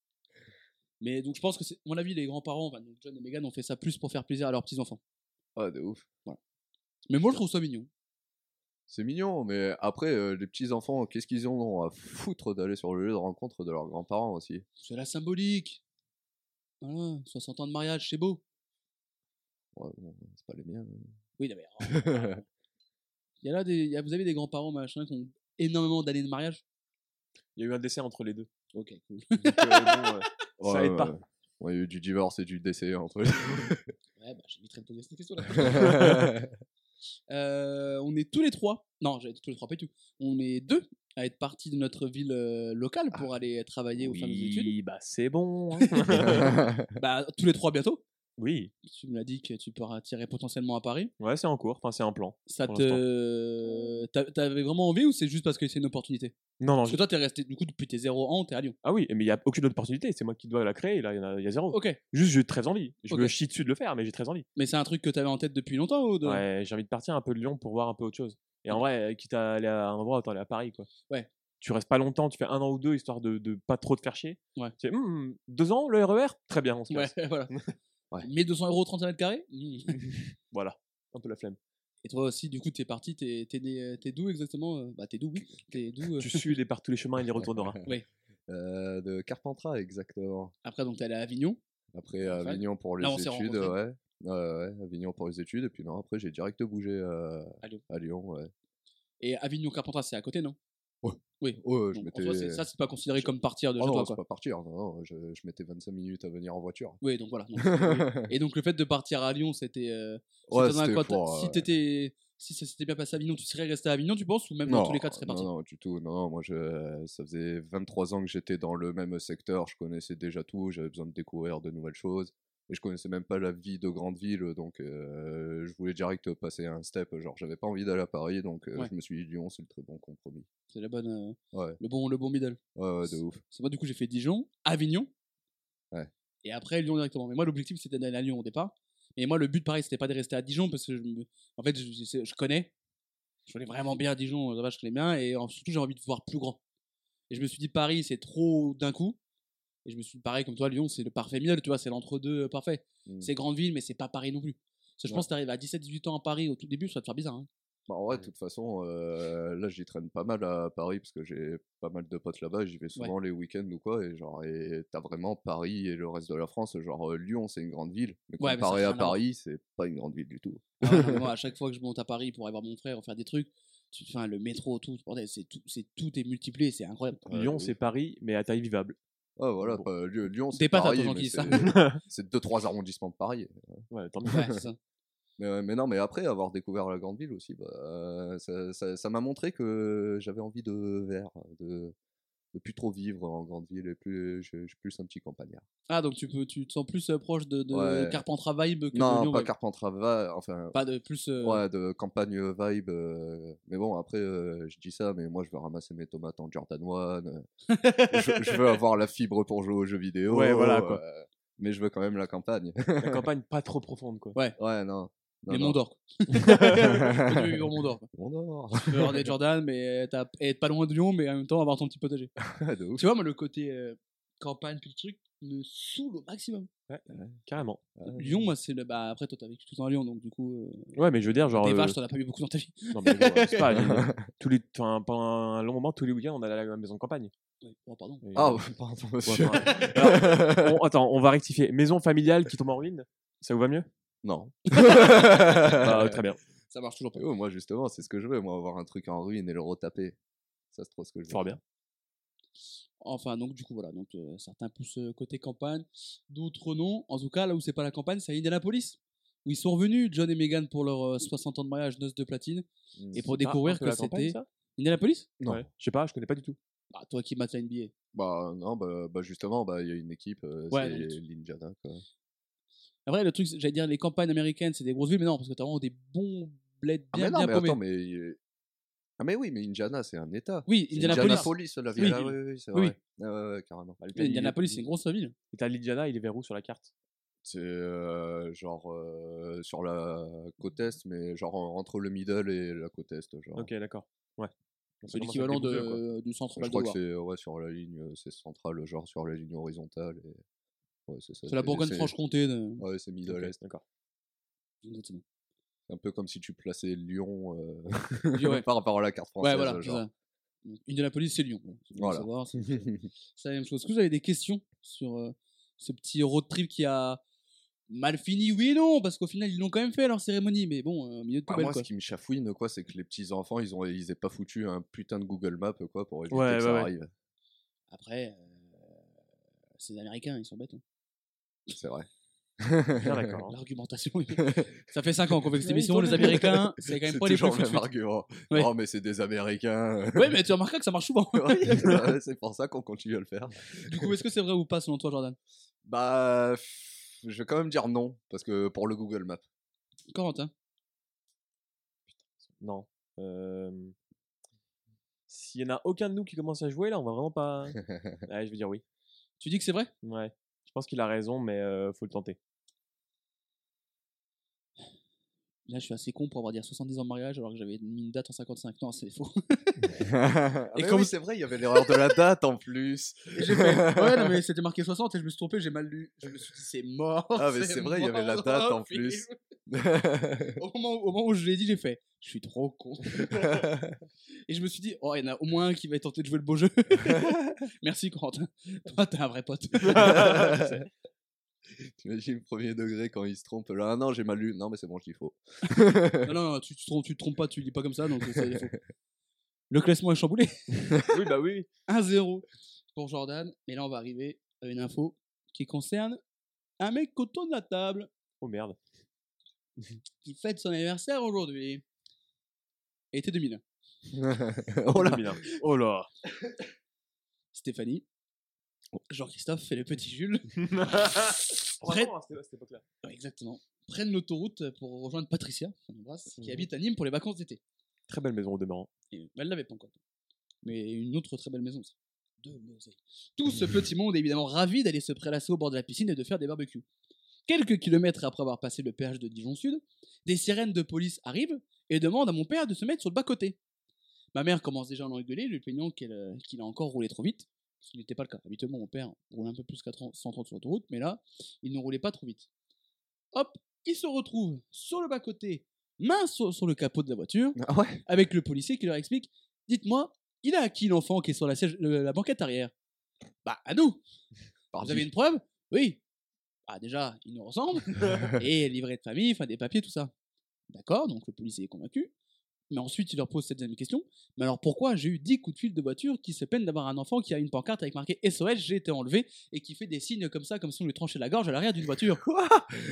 Mais donc, je pense que c'est, à mon avis, les grands-parents, enfin, donc John et Meghan, ont fait ça plus pour faire plaisir à leurs petits-enfants. Ouais, de ouf. Mais moi, je trouve ça mignon. C'est mignon, mais après, les petits-enfants, qu'est-ce qu'ils en ont à foutre d'aller sur le lieu de rencontre de leurs grands-parents aussi C'est la symbolique. Voilà, 60 ans de mariage, c'est beau. Ouais, bon, c'est pas les miens. Oui, non, mais il y a là vous avez des grands-parents, machin, qui ont énormément d'années de mariage. Il y a eu un décès entre les deux. Ok, cool. Donc, bon, ça Ouais, aide pas. Ouais, il y a eu du divorce et du décès entre les Ouais, bah, j'éviterai de poser cette question là. On est tous les trois. Non, tous les trois, pas du tout. On est deux à être parti de notre ville locale pour aller travailler ou faire nos études. Oui, bah c'est bon. Bah, tous les 3 bientôt. Oui, Tu me l'as dit que tu pourras tirer potentiellement à Paris. ouais, c'est en cours, enfin c'est un plan. Ça pour T'avais vraiment envie ou c'est juste parce que c'est une opportunité? Non, non, Parce que toi, t'es resté, du coup, depuis tes 0 ans, t'es à Lyon. ah oui, mais il n'y a aucune autre opportunité, c'est moi qui dois la créer, et là il y a zéro. Ok. Juste j'ai très envie, je Ok. me chie dessus de le faire, mais j'ai très envie. Mais c'est un truc que t'avais en tête depuis longtemps ou de... Ouais, j'ai envie de partir un peu de Lyon pour voir un peu autre chose. Et en vrai, quitte à aller à un endroit, autant aller à Paris, quoi. Ouais. Tu restes pas longtemps, tu fais 1 an ou 2 histoire de pas trop te faire chier. Ouais. Tu fais, 2 ans, le RER? Très bien, on se Ouais, casse. voilà. Ouais. 1200 € 35 mètres carrés. Voilà, un peu la flemme. Et toi aussi, du coup, t'es parti, t'es d'où exactement? Bah, t'es d'où, oui. T'es d'où Tu suis les par tous les chemins et les retourneras. Oui. De Carpentras, exactement. Après, donc, t'es allé à Avignon. Après, En fait, Avignon pour les là, on s'est études, rencontrés. ouais. Ouais, Avignon pour les études. Et puis non, après, j'ai direct bougé À Lyon. à Lyon, ouais. Et Avignon-Carpentras, c'est à côté, non? Ouais. Oui. Ouais, je Donc, en soi, m'étais. ça, c'est pas considéré comme partir de Oh chez non, toi, c'est quoi. pas partir. Non, je mettais 25 minutes à venir en voiture. Oui, donc voilà. Donc, oui. Et donc, le fait de partir à Lyon, c'était. Ouais, c'était dans un c'était coin- pour, Si ça s'était bien passé à Avignon, tu serais resté à Avignon, tu penses? Ou même dans Non, tous les cas, tu serais parti? non, du tout. Non, moi, ça faisait 23 ans que j'étais dans le même secteur. Je connaissais déjà tout. J'avais besoin de découvrir de nouvelles choses. Et je connaissais même pas la vie de grande ville. Donc, je voulais direct passer un step. Genre, j'avais pas envie d'aller à Paris. Donc, Ouais. je me suis dit, Lyon, c'est le très bon compromis. C'est la bonne. Ouais, Le bon middle. ouais, de ouf. C'est moi, du coup, j'ai fait Dijon, Avignon. Ouais. Et après, Lyon directement. Mais moi, l'objectif, c'était d'aller à Lyon au départ. Et moi, le but, pareil, c'était pas de rester à Dijon parce que en fait, je connais. Je connais vraiment bien Dijon. Là-bas, je connais bien. Et surtout, j'ai envie de voir plus grand. Et je me suis dit, Paris, c'est trop d'un coup. Et je me suis dit, pareil, comme toi, Lyon, c'est le parfait middle, tu vois, c'est l'entre-deux parfait. Mm. C'est grande ville, mais c'est pas Paris non plus. Parce que je Ouais. pense que t'arrives à 17-18 ans à Paris au tout début, ça va te faire bizarre. Hein. Bah, en vrai, de toute façon, là, j'y traîne pas mal à Paris parce que j'ai pas mal de potes là-bas. J'y vais souvent les week-ends ou quoi. Et genre, t'as vraiment Paris et le reste de la France. Genre, Lyon, c'est une grande ville. Mais Ouais, mais ça comparé a à rien à voir. Paris, c'est pas une grande ville du tout. Ah ouais, non, mais moi, à chaque fois que je monte à Paris pour aller voir mon frère ou faire des trucs, enfin, le métro, tout, bordel, tout est multiplié, c'est incroyable. Ouais, Lyon, de c'est ouf. Paris, mais à taille vivable. Ouais, voilà. Bon. Lyon, c'est Des pâtes à Paris, toi, gens mais qui disent ça. c'est 2-3 arrondissements de Paris. Ouais, tant mieux. Ouais, c'est ça. Mais non, mais après avoir découvert la grande ville aussi, ça m'a montré que j'avais envie de plus trop vivre en grande ville et je suis plus un petit campagnard. Ah, donc tu te sens plus proche de Ouais. Carpentras vibe que de Non, Lyon pas vibe. Carpentras, enfin, Pas de plus. ouais, de campagne vibe. Mais bon, après, je dis ça, mais moi, je veux ramasser mes tomates en Jordan 1. Je veux avoir la fibre pour jouer aux jeux vidéo. Ouais, voilà, quoi. Mais je veux quand même la campagne. La campagne pas trop profonde, quoi. Ouais, Ouais, non. mais non. Mont d'Or. Tu veux vivre au Mont d'Or. Bon, non. Tu veux avoir des Jordan, mais être pas loin de Lyon, mais en même temps avoir ton petit potager. De ouf. Tu vois, moi, le côté campagne, puis le truc, me saoule au maximum. Ouais, carrément. Lyon, moi, c'est le. Bah, après, toi, t'as vécu tout le temps à Lyon, donc du coup. Ouais, mais je veux dire, genre. Des vaches, t'en as pas eu beaucoup dans ta vie. Non, mais bon, c'est pas. Pendant un long moment, tous les week-ends, on allait à la maison de campagne. Ouais, oh, pardon. Et- Ah, pardon, monsieur. Ouais, alors, attends, on va rectifier. Maison familiale qui tombe en ruine, ça vous va mieux? Non. Très bien. Ça marche toujours pas. Oh, moi, justement, c'est ce que je veux, moi, avoir un truc en ruine et le retaper. Ça, c'est trop ce que je veux. Fort bien. Enfin, donc, du coup, voilà. Donc, certains poussent côté campagne, d'autres non. En tout cas, là où c'est pas la campagne, c'est à Indianapolis, où ils sont revenus, John et Meghan, pour leurs 60 ans de mariage, noces de platine, Mm. et pour Un découvrir peu que la campagne, c'était. ça Indianapolis? Non. Ouais. Je sais pas, je connais pas du tout. Bah, toi qui mates la NBA. Bah, non, justement, il y a une équipe, Ouais, c'est donc l'Indiana, quoi. Après, le truc, j'allais dire, les campagnes américaines, c'est des grosses villes, mais non, parce que t'as vraiment des bons bleds Ah, bien, mais non, bien mais paumés. attends, Ah, mais oui, mais Indiana, c'est un état. Oui, C'est Indianapolis. Indianapolis, la ville. Oui. Ah, oui, c'est Oui, vrai. Ouais, carrément. Bah, Mais Indianapolis, c'est une grosse ville. Et t'as l'Indiana, il est vers où sur la carte? C'est genre sur la côte est, mais genre entre le middle et la côte est. Genre. Ok, d'accord. Ouais. C'est Ça commence à l'équivalent être des bougeurs, quoi. du centre Je Val de crois que Loire. c'est sur la ligne, c'est central, genre sur la ligne horizontale. Ouais, c'est ça. C'est la Bourgogne-Franche-Comté. Ouais, c'est middle Ok, est. d'accord. Exactement. C'est un peu comme si tu plaçais Lyon Ouais. par rapport à la carte française. Ouais, voilà, c'est genre. ça. Donc, Indianapolis, c'est Lyon. C'est bon à Voilà. savoir, c'est la même chose. Est-ce que vous avez des questions sur ce petit road trip qui a mal fini? Oui et non, parce qu'au final, ils l'ont quand même fait leur cérémonie, mais bon, au milieu de Bah, poubelle, moi, quoi. ce qui me chafouine, quoi, c'est que les petits enfants, ils aient pas foutu un putain de Google Maps, quoi, pour éviter Ouais, que ça ouais. arrive. Après, c'est les Américains, ils sont bêtes. Hein. C'est vrai. Bien d'accord. hein. L'argumentation. Ça fait 5 ans qu'on fait cette Ouais, émission. ils ont Les dit. Américains, c'est quand même C'est pas les plus toujours le même fut-fut. argument. Ouais. Oh, mais c'est des Américains. Ouais, mais tu remarqueras que ça marche souvent. Ouais, c'est pour ça qu'on continue à le faire. Du coup, est-ce que c'est vrai ou pas selon toi, Jordan? Bah, je vais quand même dire non, parce que pour le Google Maps. Corentin? Non. S'il y en a aucun de nous qui commence à jouer là, on va vraiment pas. Ouais, je vais dire oui. Tu dis que c'est vrai? Ouais. Je pense qu'il a raison, mais faut le tenter. Là, je suis assez con pour avoir dit 70 ans de mariage alors que j'avais mis une date en 55. Non, c'est faux. Et comme- comme c'est vrai, il y avait l'erreur de la date en plus. Et j'ai fait, ouais, non, mais c'était marqué 60 et je me suis trompé, j'ai mal lu. Je me suis dit, c'est mort. Ah, mais c'est vrai, il y avait la mort, date en film. plus. Au moment où je l'ai dit, j'ai fait, je suis trop con. Et je me suis dit, oh, il y en a au moins un qui va tenter de jouer le beau jeu. Merci, Corentin. Toi, t'es un vrai pote. T'imagines le premier degré quand il se trompe là. Ah non, j'ai mal lu. Non, mais c'est bon, je dis faux. Non, non, tu te trompes pas, tu lis pas comme ça, donc c'est faux. Le classement est chamboulé. Oui, bah oui. 1-0 pour Jordan. Et là, on va arriver à une info qui concerne un mec autour de la table Oh merde. qui fête son anniversaire aujourd'hui. Été 2001. Oh là. 2001. Oh là. Stéphanie. Jean-Christophe et le petit Jules. Vraiment, à cette époque-là. Ouais, exactement. Prennent l'autoroute pour rejoindre Patricia, on l'embrasse, qui Mhm. habite à Nîmes pour les vacances d'été. Très belle maison au demeurant. Et elle l'avait pas encore. Mais une autre très belle maison aussi. De l'oseille. Tout ce petit monde est évidemment ravi d'aller se prélasser au bord de la piscine et de faire des barbecues. Quelques kilomètres après avoir passé le péage de Dijon Sud, des sirènes de police arrivent et demandent à mon père de se mettre sur le bas-côté. Ma mère commence déjà à l'engueuler, lui plaignant qu'il a encore roulé trop vite. Ce qui n'était pas le cas. Habituellement, mon père roule un peu plus qu'à 130 sur l'autoroute, mais là, il ne roulait pas trop vite. Hop, il se retrouve sur le bas-côté, main sur le capot de la voiture, Ah ouais. avec le policier qui leur explique, dites-moi, il a à qui l'enfant qui est sur la banquette arrière? Bah, à nous. Vous avez une preuve? Oui. Ah, déjà, il nous ressemble. Et livret de famille, enfin des papiers, tout ça. D'accord, donc le policier est convaincu. Mais ensuite, il leur pose cette deuxième question. Mais alors pourquoi j'ai eu 10 coups de fil de voiture qui se peinent d'avoir un enfant qui a une pancarte avec marqué SOS, j'ai été enlevé, et qui fait des signes comme ça, comme si on lui tranchait la gorge à l'arrière d'une voiture? Quoi?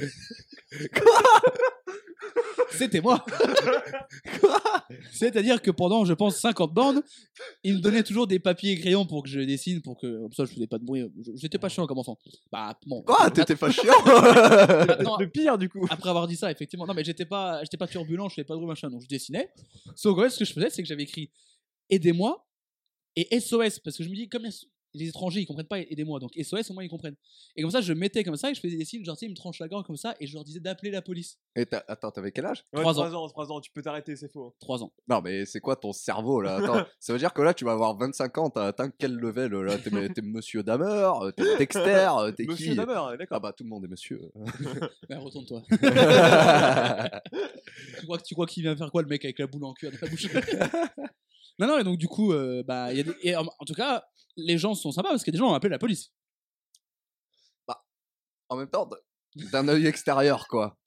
C'était moi. C'est-à-dire que pendant, je pense, 50 bornes, il me donnait toujours des papiers et crayons pour que je dessine, pour que comme ça je faisais pas de bruit. J'étais pas chiant comme enfant. Bah bon. Quoi? T'étais pas chiant? Maintenant, Le pire, du coup. après avoir dit ça, effectivement, non mais j'étais pas turbulent, je faisais pas de bruit machin, donc je dessinais. Sauf que ce que je faisais, c'est que j'avais écrit aidez-moi et SOS, parce que je me dis comme les étrangers ils comprennent pas aidez-moi, donc SOS au moins ils comprennent. Et comme ça je mettais comme ça et je faisais des signes genre tu sais, ils me tranchent la gorge comme ça et je leur disais d'appeler la police. Et attends, t'avais quel âge? Ouais, 3 ans. 3 ans, tu peux t'arrêter, c'est faux. 3 ans. Non, mais c'est quoi ton cerveau là? Attends, ça veut dire que là tu vas avoir 25 ans, t'as atteint quel level là? T'es monsieur Damer, t'es Dexter, t'es Monsieur qui? Damer, Ah d'accord. bah tout le monde est monsieur. Ben, retourne-toi. Tu crois qu'il vient faire quoi le mec avec la boule en cuir dans la bouche? Non, non, et donc du coup, bah, y a et en tout cas, les gens sont sympas parce que des gens ont appelé la police. En même temps, d'un œil extérieur quoi.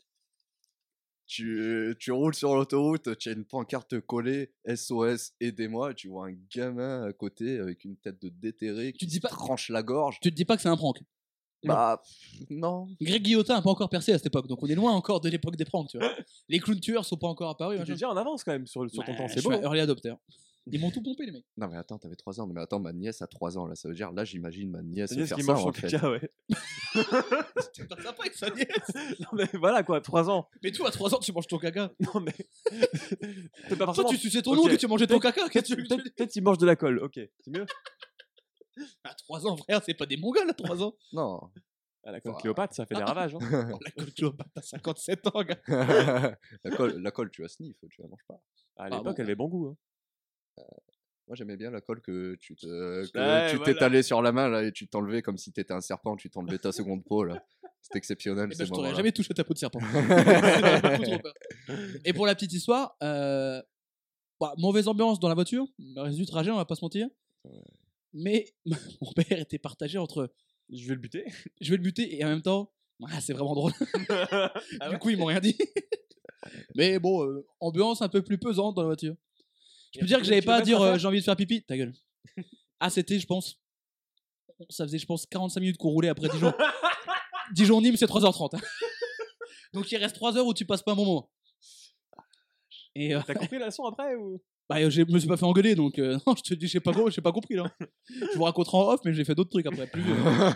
Tu roules sur l'autoroute, tu as une pancarte collée SOS, aidez-moi, et tu vois un gamin à côté avec une tête de déterré qui te dis se pas- tranche la gorge. Tu te dis pas que c'est un prank. Bah, non. Greg Guillotin n'a pas encore percé à cette époque, donc on est loin encore de l'époque des pranks, tu vois. Les clowns tueurs sont pas encore apparus. Tu machin. es déjà en avance quand même sur ton Bah, temps, je c'est suis beau. un early adopter. Ils m'ont tout pompé, les mecs. Non mais attends, t'avais 3 ans. Non mais attends, ma nièce a 3 ans là, ça veut dire là j'imagine ma nièce C'est faire qui ça mange son en fait. caca, ouais. C'est pas sympa avec sa nièce. Non, mais voilà quoi, 3 ans. Mais toi, à 3 ans, tu manges ton caca. Non, mais. Peut-être pas Toi, forcément. tu suçais ton Ok. nom que tu mangeais ton caca. Qu'est-ce que tu veux que je te dise? Peut-être il mange de la colle, ok, c'est mieux. À 3 ans, frère, c'est pas des mongols à 3 ans. Non. Ah, la colle Bah. Cléopâtre, ça fait des ravages. Hein. La colle Cléopâtre, t'as 57 ans, gars. la colle, tu la sniff, tu la manges pas. À Ah l'époque, bon. elle avait bon goût. Hein. Moi j'aimais bien la colle que tu Ouais, t'étalais voilà. sur la main là et tu t'enlevais comme si t'étais un serpent, tu t'enlevais ta seconde peau là. C'était exceptionnel Eh ces ben, je t'aurais moments-là. jamais touché ta peau de serpent. J'aurais beaucoup trop peur. Et pour la petite histoire, mauvaise ambiance dans la voiture, le reste du trajet, on va pas se mentir. Mais mon père était partagé entre Je vais le buter. je vais le buter et en même temps, c'est vraiment drôle. Ah Du ouais. coup, ils m'ont rien dit. Mais bon, ambiance un peu plus pesante dans la voiture. Je peux dire que j'avais pas à dire j'ai envie de faire pipi. Ta gueule. Ah, c'était, je pense, ça faisait, je pense, 45 minutes qu'on roulait après Dijon. Dijon-Nîmes, c'est 3h30. hein. Donc il reste 3 heures où tu passes pas un bon moment. Et T'as compris la leçon après ou bah, je me suis pas fait engueuler, donc non, je te dis, j'ai pas compris là. Je vous raconterai en off, mais j'ai fait d'autres trucs après. Plus vieux.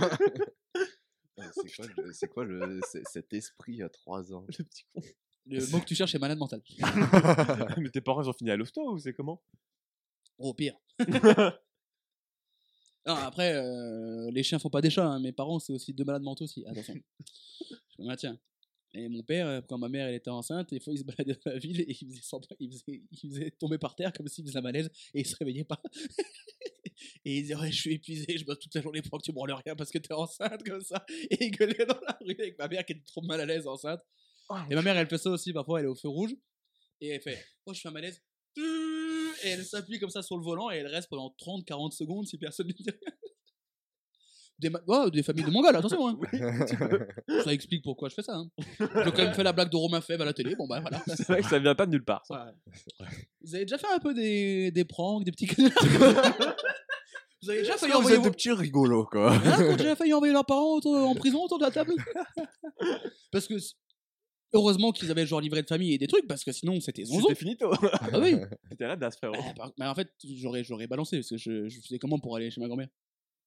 C'est quoi cet esprit à 3 ans? le petit con? Le mot que tu cherches, c'est malade mental. Mais tes parents ils ont fini à l'hosto ou c'est comment? Oh, pire. Non, après, les chiens font pas des chats. hein. Mes parents, c'est aussi 2 malades mentaux aussi. Attention. Je me maintiens. Et mon père, quand ma mère elle était enceinte, des fois il se baladait dans la ville et il faisait tomber par terre comme s'il faisait un malaise et il se réveillait pas. Et il disait ouais je suis épuisé, je bosse toute la journée pour que tu branles rien parce que t'es enceinte comme ça. Et il gueulait dans la rue avec ma mère qui était trop mal à l'aise enceinte. Et ma mère elle fait ça aussi parfois, elle est au feu rouge et elle fait oh je fais un malaise. Et elle s'appuie comme ça sur le volant et elle reste pendant 30-40 secondes si personne ne dit rien. Des familles de Mongols, attention. Hein. Ça explique pourquoi je fais ça. Hein. J'ai quand même fait la blague de Romain Fèvre à la télé. Bon, bah voilà. C'est vrai que ça vient pas de nulle part. Ça. Ouais. Vous avez déjà fait un peu des pranks, des petits canards? Vous avez déjà failli Vous envoyer êtes de petits rigolos, quoi. Hein, vous avez déjà failli envoyer leurs parents en prison autour de la table? Parce que heureusement qu'ils avaient genre livret de famille et des trucs, parce que sinon c'était zonzon. C'était finito. Ah oui. T'es là, Das, frérot. Mais en fait, j'aurais balancé parce que je faisais comment pour aller chez ma grand-mère?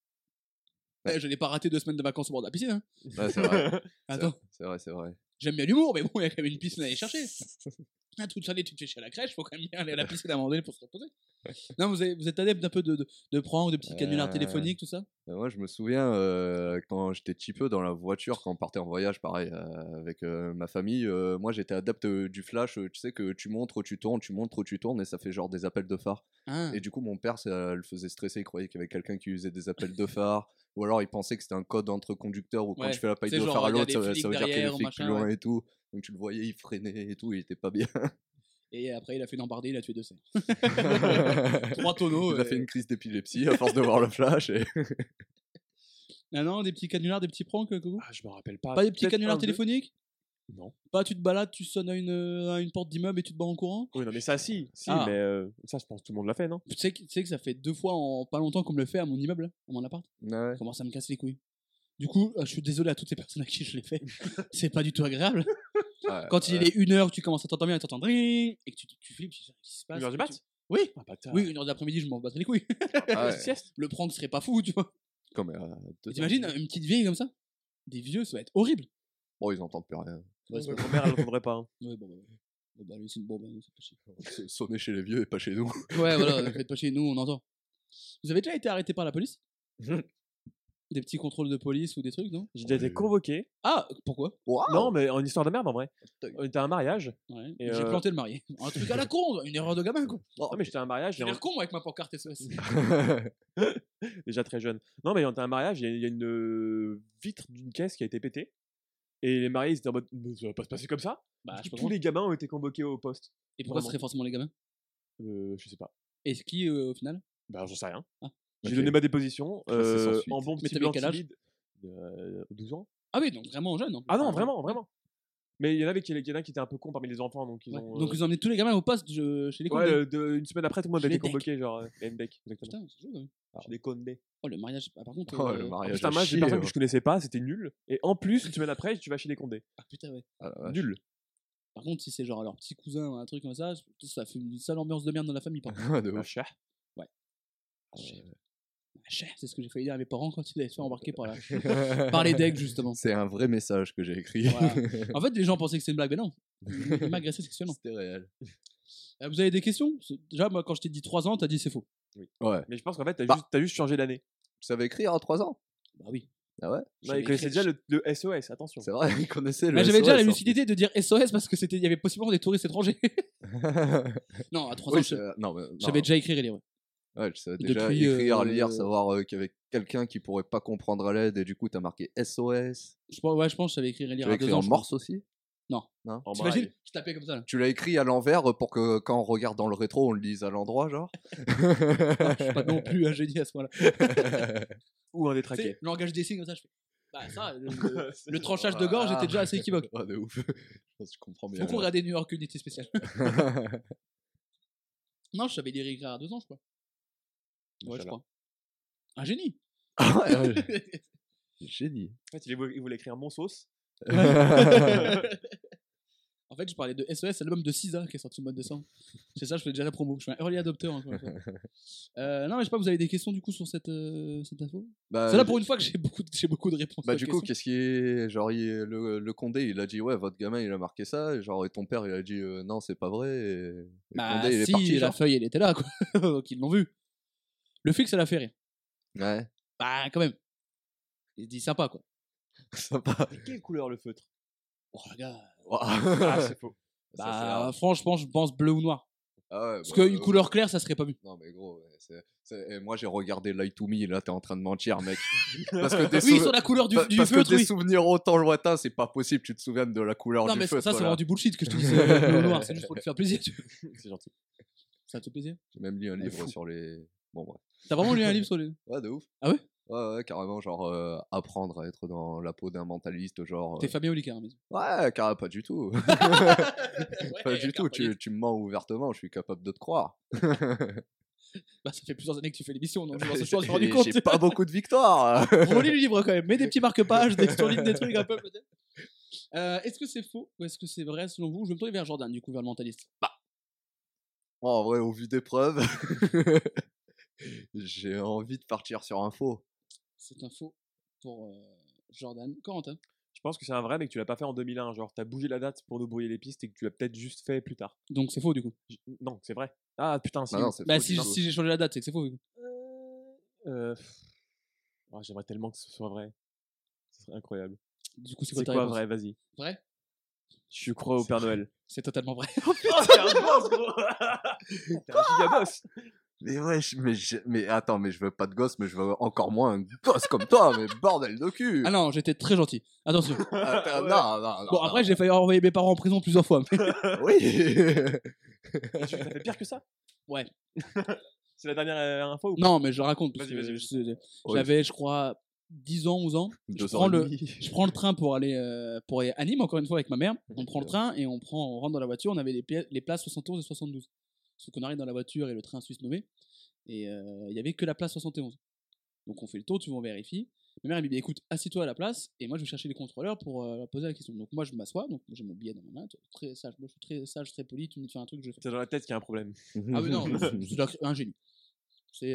Je n'ai pas raté 2 semaines de vacances au bord de la piscine. Hein. Ouais, c'est vrai. Attends. C'est vrai. J'aime bien l'humour, mais bon, il y a quand même une piscine à aller chercher. Toute l'année, tu te fais chier à la crèche, faut quand même bien aller à la piscine à un moment donné pour se reposer. Non, vous êtes adepte d'un peu de pranks, de petits canulars téléphoniques, tout ça? Moi, je me souviens quand j'étais petit peu dans la voiture, quand on partait en voyage, pareil, avec ma famille. Moi, j'étais adepte du flash. Tu sais que tu montres, tu tournes, et ça fait genre des appels de phare. Ah. Et du coup, mon père, ça le faisait stresser. Il croyait qu'il y avait quelqu'un qui usait des appels de phare. Ou alors, il pensait que c'était un code entre conducteurs. Ou quand Ouais. je fais la paille C'est de genre, phare à il y a l'autre, des ça flics veut dire qu'il y a derrière, des flics machin, plus loin ouais. et tout. Donc, tu le voyais, il freinait et tout. Il était pas bien. Et après, il a fait une embardée, il a tué 2 cerfs. 3 tonneaux. Il a fait une crise d'épilepsie à force de voir le flash. Et... Ah non, des petits canulars, des petits pranks, Coco? Ah, je me rappelle pas. Pas des petits Peut-être canulars un, deux. téléphoniques? Non. Pas tu te balades, tu sonnes à une porte d'immeuble et tu te bats en courant? Oui, non, mais ça, si. Ah. Mais ça, je pense que tout le monde l'a fait, non? Tu sais que ça fait 2 fois en pas longtemps qu'on me le fait à mon immeuble, là, à mon appart. Ouais. Ça commence à me casser les couilles. Du coup, je suis désolé à toutes ces personnes à qui je l'ai fait. C'est pas du tout agréable. Ouais, Quand il est 1h, tu commences à t'entendre bien et t'entends dring, et que tu flippes, tu sais qu'est-ce qui se passe. 1h du mat? Oui. Ah, bâtard. Oui, 1h d'après-midi, je m'en battrais les couilles. Ah ouais. Sieste. Le prank serait pas fou, tu vois. Comme, T'imagines une petite vieille comme ça? Des vieux, ça va être horrible. Bon, ils entendent plus rien. Ouais, c'est ma grand-mère, elle l'entendrait pas. Hein. Ouais, bon, bah, allez, c'est pas chier. Sonner chez les vieux et pas chez nous. Ouais, voilà, faites pas chez nous, on entend. Vous avez déjà été arrêté par la police? Des petits contrôles de police ou des trucs, non? J'ai déjà été convoqué. Ah, pourquoi? Non, mais en histoire de merde, en vrai. On était à un mariage. Ouais, Et j'ai planté le marié. Un truc à la con, une erreur de gamin, quoi. Non, mais j'étais à un mariage. J'ai l'air con, moi, avec ma pancarte SOS. Déjà très jeune. Non, mais on était à un mariage, il y a une vitre d'une caisse qui a été pétée. Et les mariés, ils étaient en mode, mais ça va pas se passer comme ça. Bah, je Tous pense. les gamins ont été convoqués au poste. Et pourquoi ce Vraiment. serait forcément les gamins? Je sais pas. Et qui, au final? Bah, j'en sais rien. Ah. J'ai Ok. donné ma déposition. Classé sans suite. En bon Mais petit t'avais blanc quel âge? timide. 12 ans. Ah oui, donc vraiment jeune. En plus. Ah non, vraiment. Mais il y en avait qui étaient un peu cons parmi les enfants, donc ils Ouais. ont. Donc ils ont emmené tous les gamins au poste chez les Ouais, condés. une semaine après, tout le monde a Chez été les convoqué, genre. NDEC, exactement. Putain, c'est chaud quand même. Chez les condés. Oh, le mariage. Ah, par contre. Oh, le En mariage. plus, un à match des chier, personnes ouais. que je connaissais pas, c'était nul. Et en plus, une semaine après, tu vas chez les condés. Ah putain, ouais. Ah, la vache. Nul. Par contre, si c'est genre leur petit cousin ou un truc comme ça fait une sale ambiance de merde dans la famille, par contre. Ouais, de Ah, ouf. cher. Cher, c'est ce que j'ai failli dire à mes parents quand ils avaient se fait embarquer par les decks, justement. C'est un vrai message que j'ai écrit. Voilà. En fait, les gens pensaient que c'était une blague, mais non. Il m'a agressé sexuellement. C'était réel. Vous avez des questions? Déjà, moi, quand je t'ai dit 3 ans, t'as dit c'est faux. Ouais. Mais je pense qu'en fait, Bah. t'as juste changé d'année. Tu savais écrire à 3 ans? Bah oui. Ah ouais? Non, J'avais il connaissait écrit- déjà le SOS, attention. C'est vrai, il connaissait le. Mais j'avais déjà la SOS, en lucidité de dire SOS parce que il y avait possiblement des touristes étrangers. plus. Non, à 3 Oui, ans, non, mais. j'avais déjà écrit et lire. Ouais. Ouais, tu savais déjà Depuis, écrire, lire, savoir qu'il y avait quelqu'un qui pourrait pas comprendre à l'aide et du coup t'as marqué SOS. Je pense que je savais écrire et Tu lire l'as à 2 écrit ans. en je morse aussi? Non. Non. En T'imagines? braille. Je tapais comme ça. Là. Tu l'as écrit à l'envers pour que quand on regarde dans le rétro on le lise à l'endroit, genre? Non, je suis pas non plus un génie à ce moment-là. Ou un Tu détraqué. sais, langage des signes comme ça, je fais. Bah ça, le tranchage de gorge était déjà assez équivoque. Ouais, de ouf. Je pense que je comprends bien. Faut qu'on là. regarde New York Unité Spéciale. Non, je savais lire et écrire à 2 ans, je crois. Ouais, je Machallah. crois. Un génie. Ah ouais, ouais. J'ai dit. En fait, il voulait écrire mon sauce. En fait, je parlais de SOS, l'album de SZA qui est sorti au mois de décembre. C'est ça, je fais déjà la promo. Je suis un early adopter encore une fois. Non, mais je sais pas, vous avez des questions du coup sur cette info? Bah, C'est là pour une fois que j'ai beaucoup de réponses. Bah aux du coup, questions. qu'est-ce qui est genre le Condé, il a dit ouais, votre gamin il a marqué ça, et genre et ton père il a dit non, c'est pas vrai. Et le Bah, Condé il est si, parti. la Genre. feuille elle était là quoi. Donc ils l'ont vu. Le fixe, ça l'a fait rire. Ouais, Bah, quand même. Il se dit sympa quoi. sympa. Quelle couleur le feutre? Oh, le gars. Ah, c'est faux. Ça, Bah, franchement, je pense bleu ou noir. ah ouais, Parce bah, qu'une couleur claire, ça serait pas vu. Non mais gros, ouais, et moi j'ai regardé Light to Me, là t'es en train de mentir mec. Parce que des, Oui, sur la couleur du parce feutre, que des oui. souvenirs autant lointains, c'est pas possible, tu te souviens de la couleur Non, du mais feu. ça, c'est voilà. vraiment du bullshit que je te dis. C'est bleu ou noir, c'est juste pour lui faire plaisir. C'est gentil. Ça te fait plaisir? J'ai même lu un livre fou. sur les... Bon bref. T'as vraiment lu un livre sur les. Ouais, de ouf. Ah ouais? Ouais, carrément, genre apprendre à être dans la peau d'un mentaliste, genre... T'es Fabien Olicard, mais. Ouais, carrément, pas du tout. Pas du tout, tu me mens ouvertement, je suis capable de te croire. Bah, ça fait plusieurs années que tu fais l'émission, donc je m'en suis rendu compte. J'ai pas beaucoup de victoires. Relis le livre quand même, mets des petits marque-pages, surligne des trucs un peu peut-être. Est-ce que c'est faux ou est-ce que c'est vrai selon vous? Je vais me tourner vers Jordan, du coup, vers le mentaliste. Bon, en vrai, au vu des preuves, j'ai envie de partir sur un faux. C'est un faux pour Jordan. Corentin? Je pense que c'est un vrai, mais que tu l'as pas fait en 2001. Genre, t'as bougé la date pour nous brouiller les pistes et que tu l'as peut-être juste fait plus tard. Donc c'est faux du coup. Non, c'est vrai. Ah putain, si. Bah non, c'est Bah, faux, si, du coup. si j'ai changé la date, c'est que c'est faux du coup. J'aimerais tellement que ce soit vrai. Ce serait incroyable. Du coup, c'est quoi C'est ta quoi réponse? vrai? Vas-y. Vrai? Je crois au Père Noël. C'est totalement vrai. Oh, t'es un boss, gros. T'es un giga boss. Mais ouais, mais attends, mais je veux pas de gosse, mais je veux encore moins un gosse comme toi, mais bordel de cul. Ah non, j'étais très gentil. Attention. Attends, Ouais. non. Bon, après, j'ai failli envoyer mes parents en prison plusieurs fois. Mais... Oui. T'as fait pire que ça? Ouais. C'est la dernière info ou pas? Non, mais je raconte. parce Vas-y, que vas-y. J'avais, je crois, 10 ans, 11 ans. Je 2 prends, ans et le, demi. je prends le train pour aller à Nîmes, encore une fois, avec ma mère. On prend le train et on rentre dans la voiture. On avait les places 71 et 72. Sauf qu'on arrive dans la voiture et le train suisse nommé. Et il y avait que la place 71. Donc on fait le tour, tu vas, on vérifie. Ma mère elle me dit écoute, assis-toi à la place et moi je vais chercher les contrôleurs pour leur poser la question. Donc moi je m'assois, donc j'ai mon billet dans ma main, très sage, moi je suis très sage, très poli, tu me dis de faire un truc, je le fais. C'est dans la tête qu'il y a un problème. Ah oui non, c'est un génie. C'est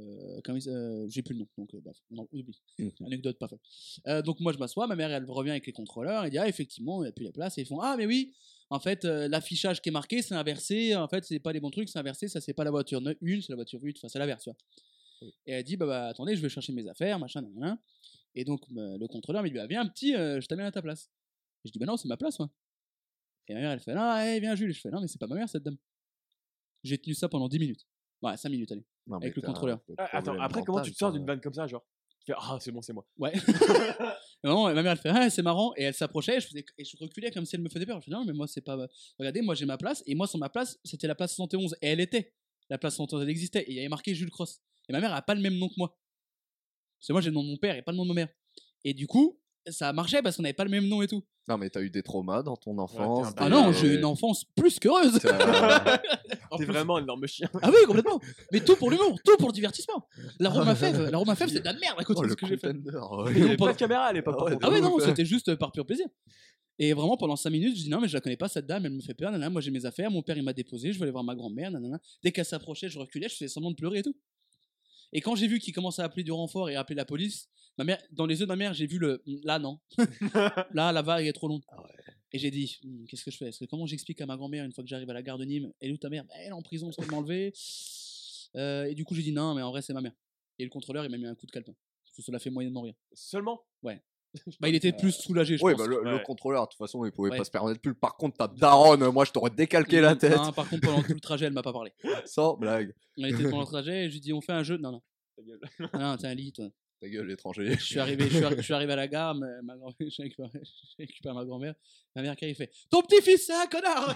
j'ai plus le nom, donc bref, on oublie. Anecdote pas folle. Donc moi je m'assois, ma mère elle revient avec les contrôleurs, elle dit ah effectivement il n'y a plus la place et ils font ah mais oui. En fait, l'affichage qui est marqué, c'est inversé. En fait, c'est pas les bons trucs, c'est inversé. Ça, c'est pas la voiture 1, c'est la voiture 8. Enfin, c'est l'inverse, tu vois. Oui. Et elle dit, bah, attendez, je vais chercher mes affaires, machin, nan. Et donc, le contrôleur me dit, bah, viens, petit, je t'amène à ta place. Et je dis, bah non, c'est ma place, moi. Et ma mère, elle fait, non, hey, viens, Jules. Et je fais, non, mais c'est pas ma mère, cette dame. J'ai tenu ça pendant 10 minutes. Ouais, 5 minutes, allez. Non, avec mais le contrôleur. Attends, après, comment tu te sors d'une vanne comme ça, genre? Tu fais, ah, c'est bon, c'est moi. Ouais. Non, et ma mère elle fait ah, c'est marrant et elle s'approchait et je reculais comme si elle me faisait peur. Je fais non mais moi c'est pas regardez moi j'ai ma place et moi sur ma place c'était la place 71 et elle était la place 71 elle existait et il y avait marqué Jules Cross et ma mère a pas le même nom que moi parce que moi j'ai le nom de mon père et pas le nom de ma mère et du coup ça marchait parce qu'on avait pas le même nom et tout. Non, mais t'as eu des traumas dans ton enfance. t'es un Ah non j'ai eu une enfance plus qu'heureuse. T'es vraiment un énorme chien. Ah oui complètement mais tout pour l'humour tout pour le divertissement. L'arôme à fève c'est de la merde à côté Oh, de le ce que j'ai fait. contender. Il y avait pas de caméra à l'époque. Ah ouais, par contre. Ah ouais, non, ouf. c'était juste par pur plaisir. Et vraiment, pendant 5 minutes, je dis non, mais je la connais pas, cette dame, elle me fait peur, nanana, moi j'ai mes affaires, mon père il m'a déposé, je vais aller voir ma grand-mère, nanana. Dès qu'elle s'approchait, je reculais, je faisais semblant de pleurer et tout. Et quand j'ai vu qu'il commençait à appeler du renfort et à appeler la police, ma mère, dans les yeux de ma mère, j'ai vu le là, non. Là, la vague est trop longue. Et j'ai dit, qu'est-ce que je fais? Parce que comment j'explique à ma grand-mère une fois que j'arrive à la gare de Nîmes, elle est où ta mère? Elle est en prison, ça va m'enlever. Et du coup, j'ai dit non, mais en vrai, c'est ma mère. Et le contrôleur, il m'a mis un coup de calepin. Parce que ça l'a fait moyennement rire. Seulement? Bah, il était plus soulagé, je Oui, pense. bah, le Ouais. contrôleur, de toute façon, il pouvait Ouais. pas se permettre plus. Par contre, ta daronne, moi, je t'aurais décalqué la tête. Non, par contre, pendant tout le trajet, elle m'a pas parlé. Sans blague. On était pendant le trajet, et je lui dis on fait un jeu. Non, non. Ta gueule. Non, t'es un lit, toi. Ta gueule, l'étranger. Je suis arrivé à la gare, ma grand-mère, j'ai récupéré ma grand-mère. Ma mère qui arrive fait ton petit-fils, c'est un connard.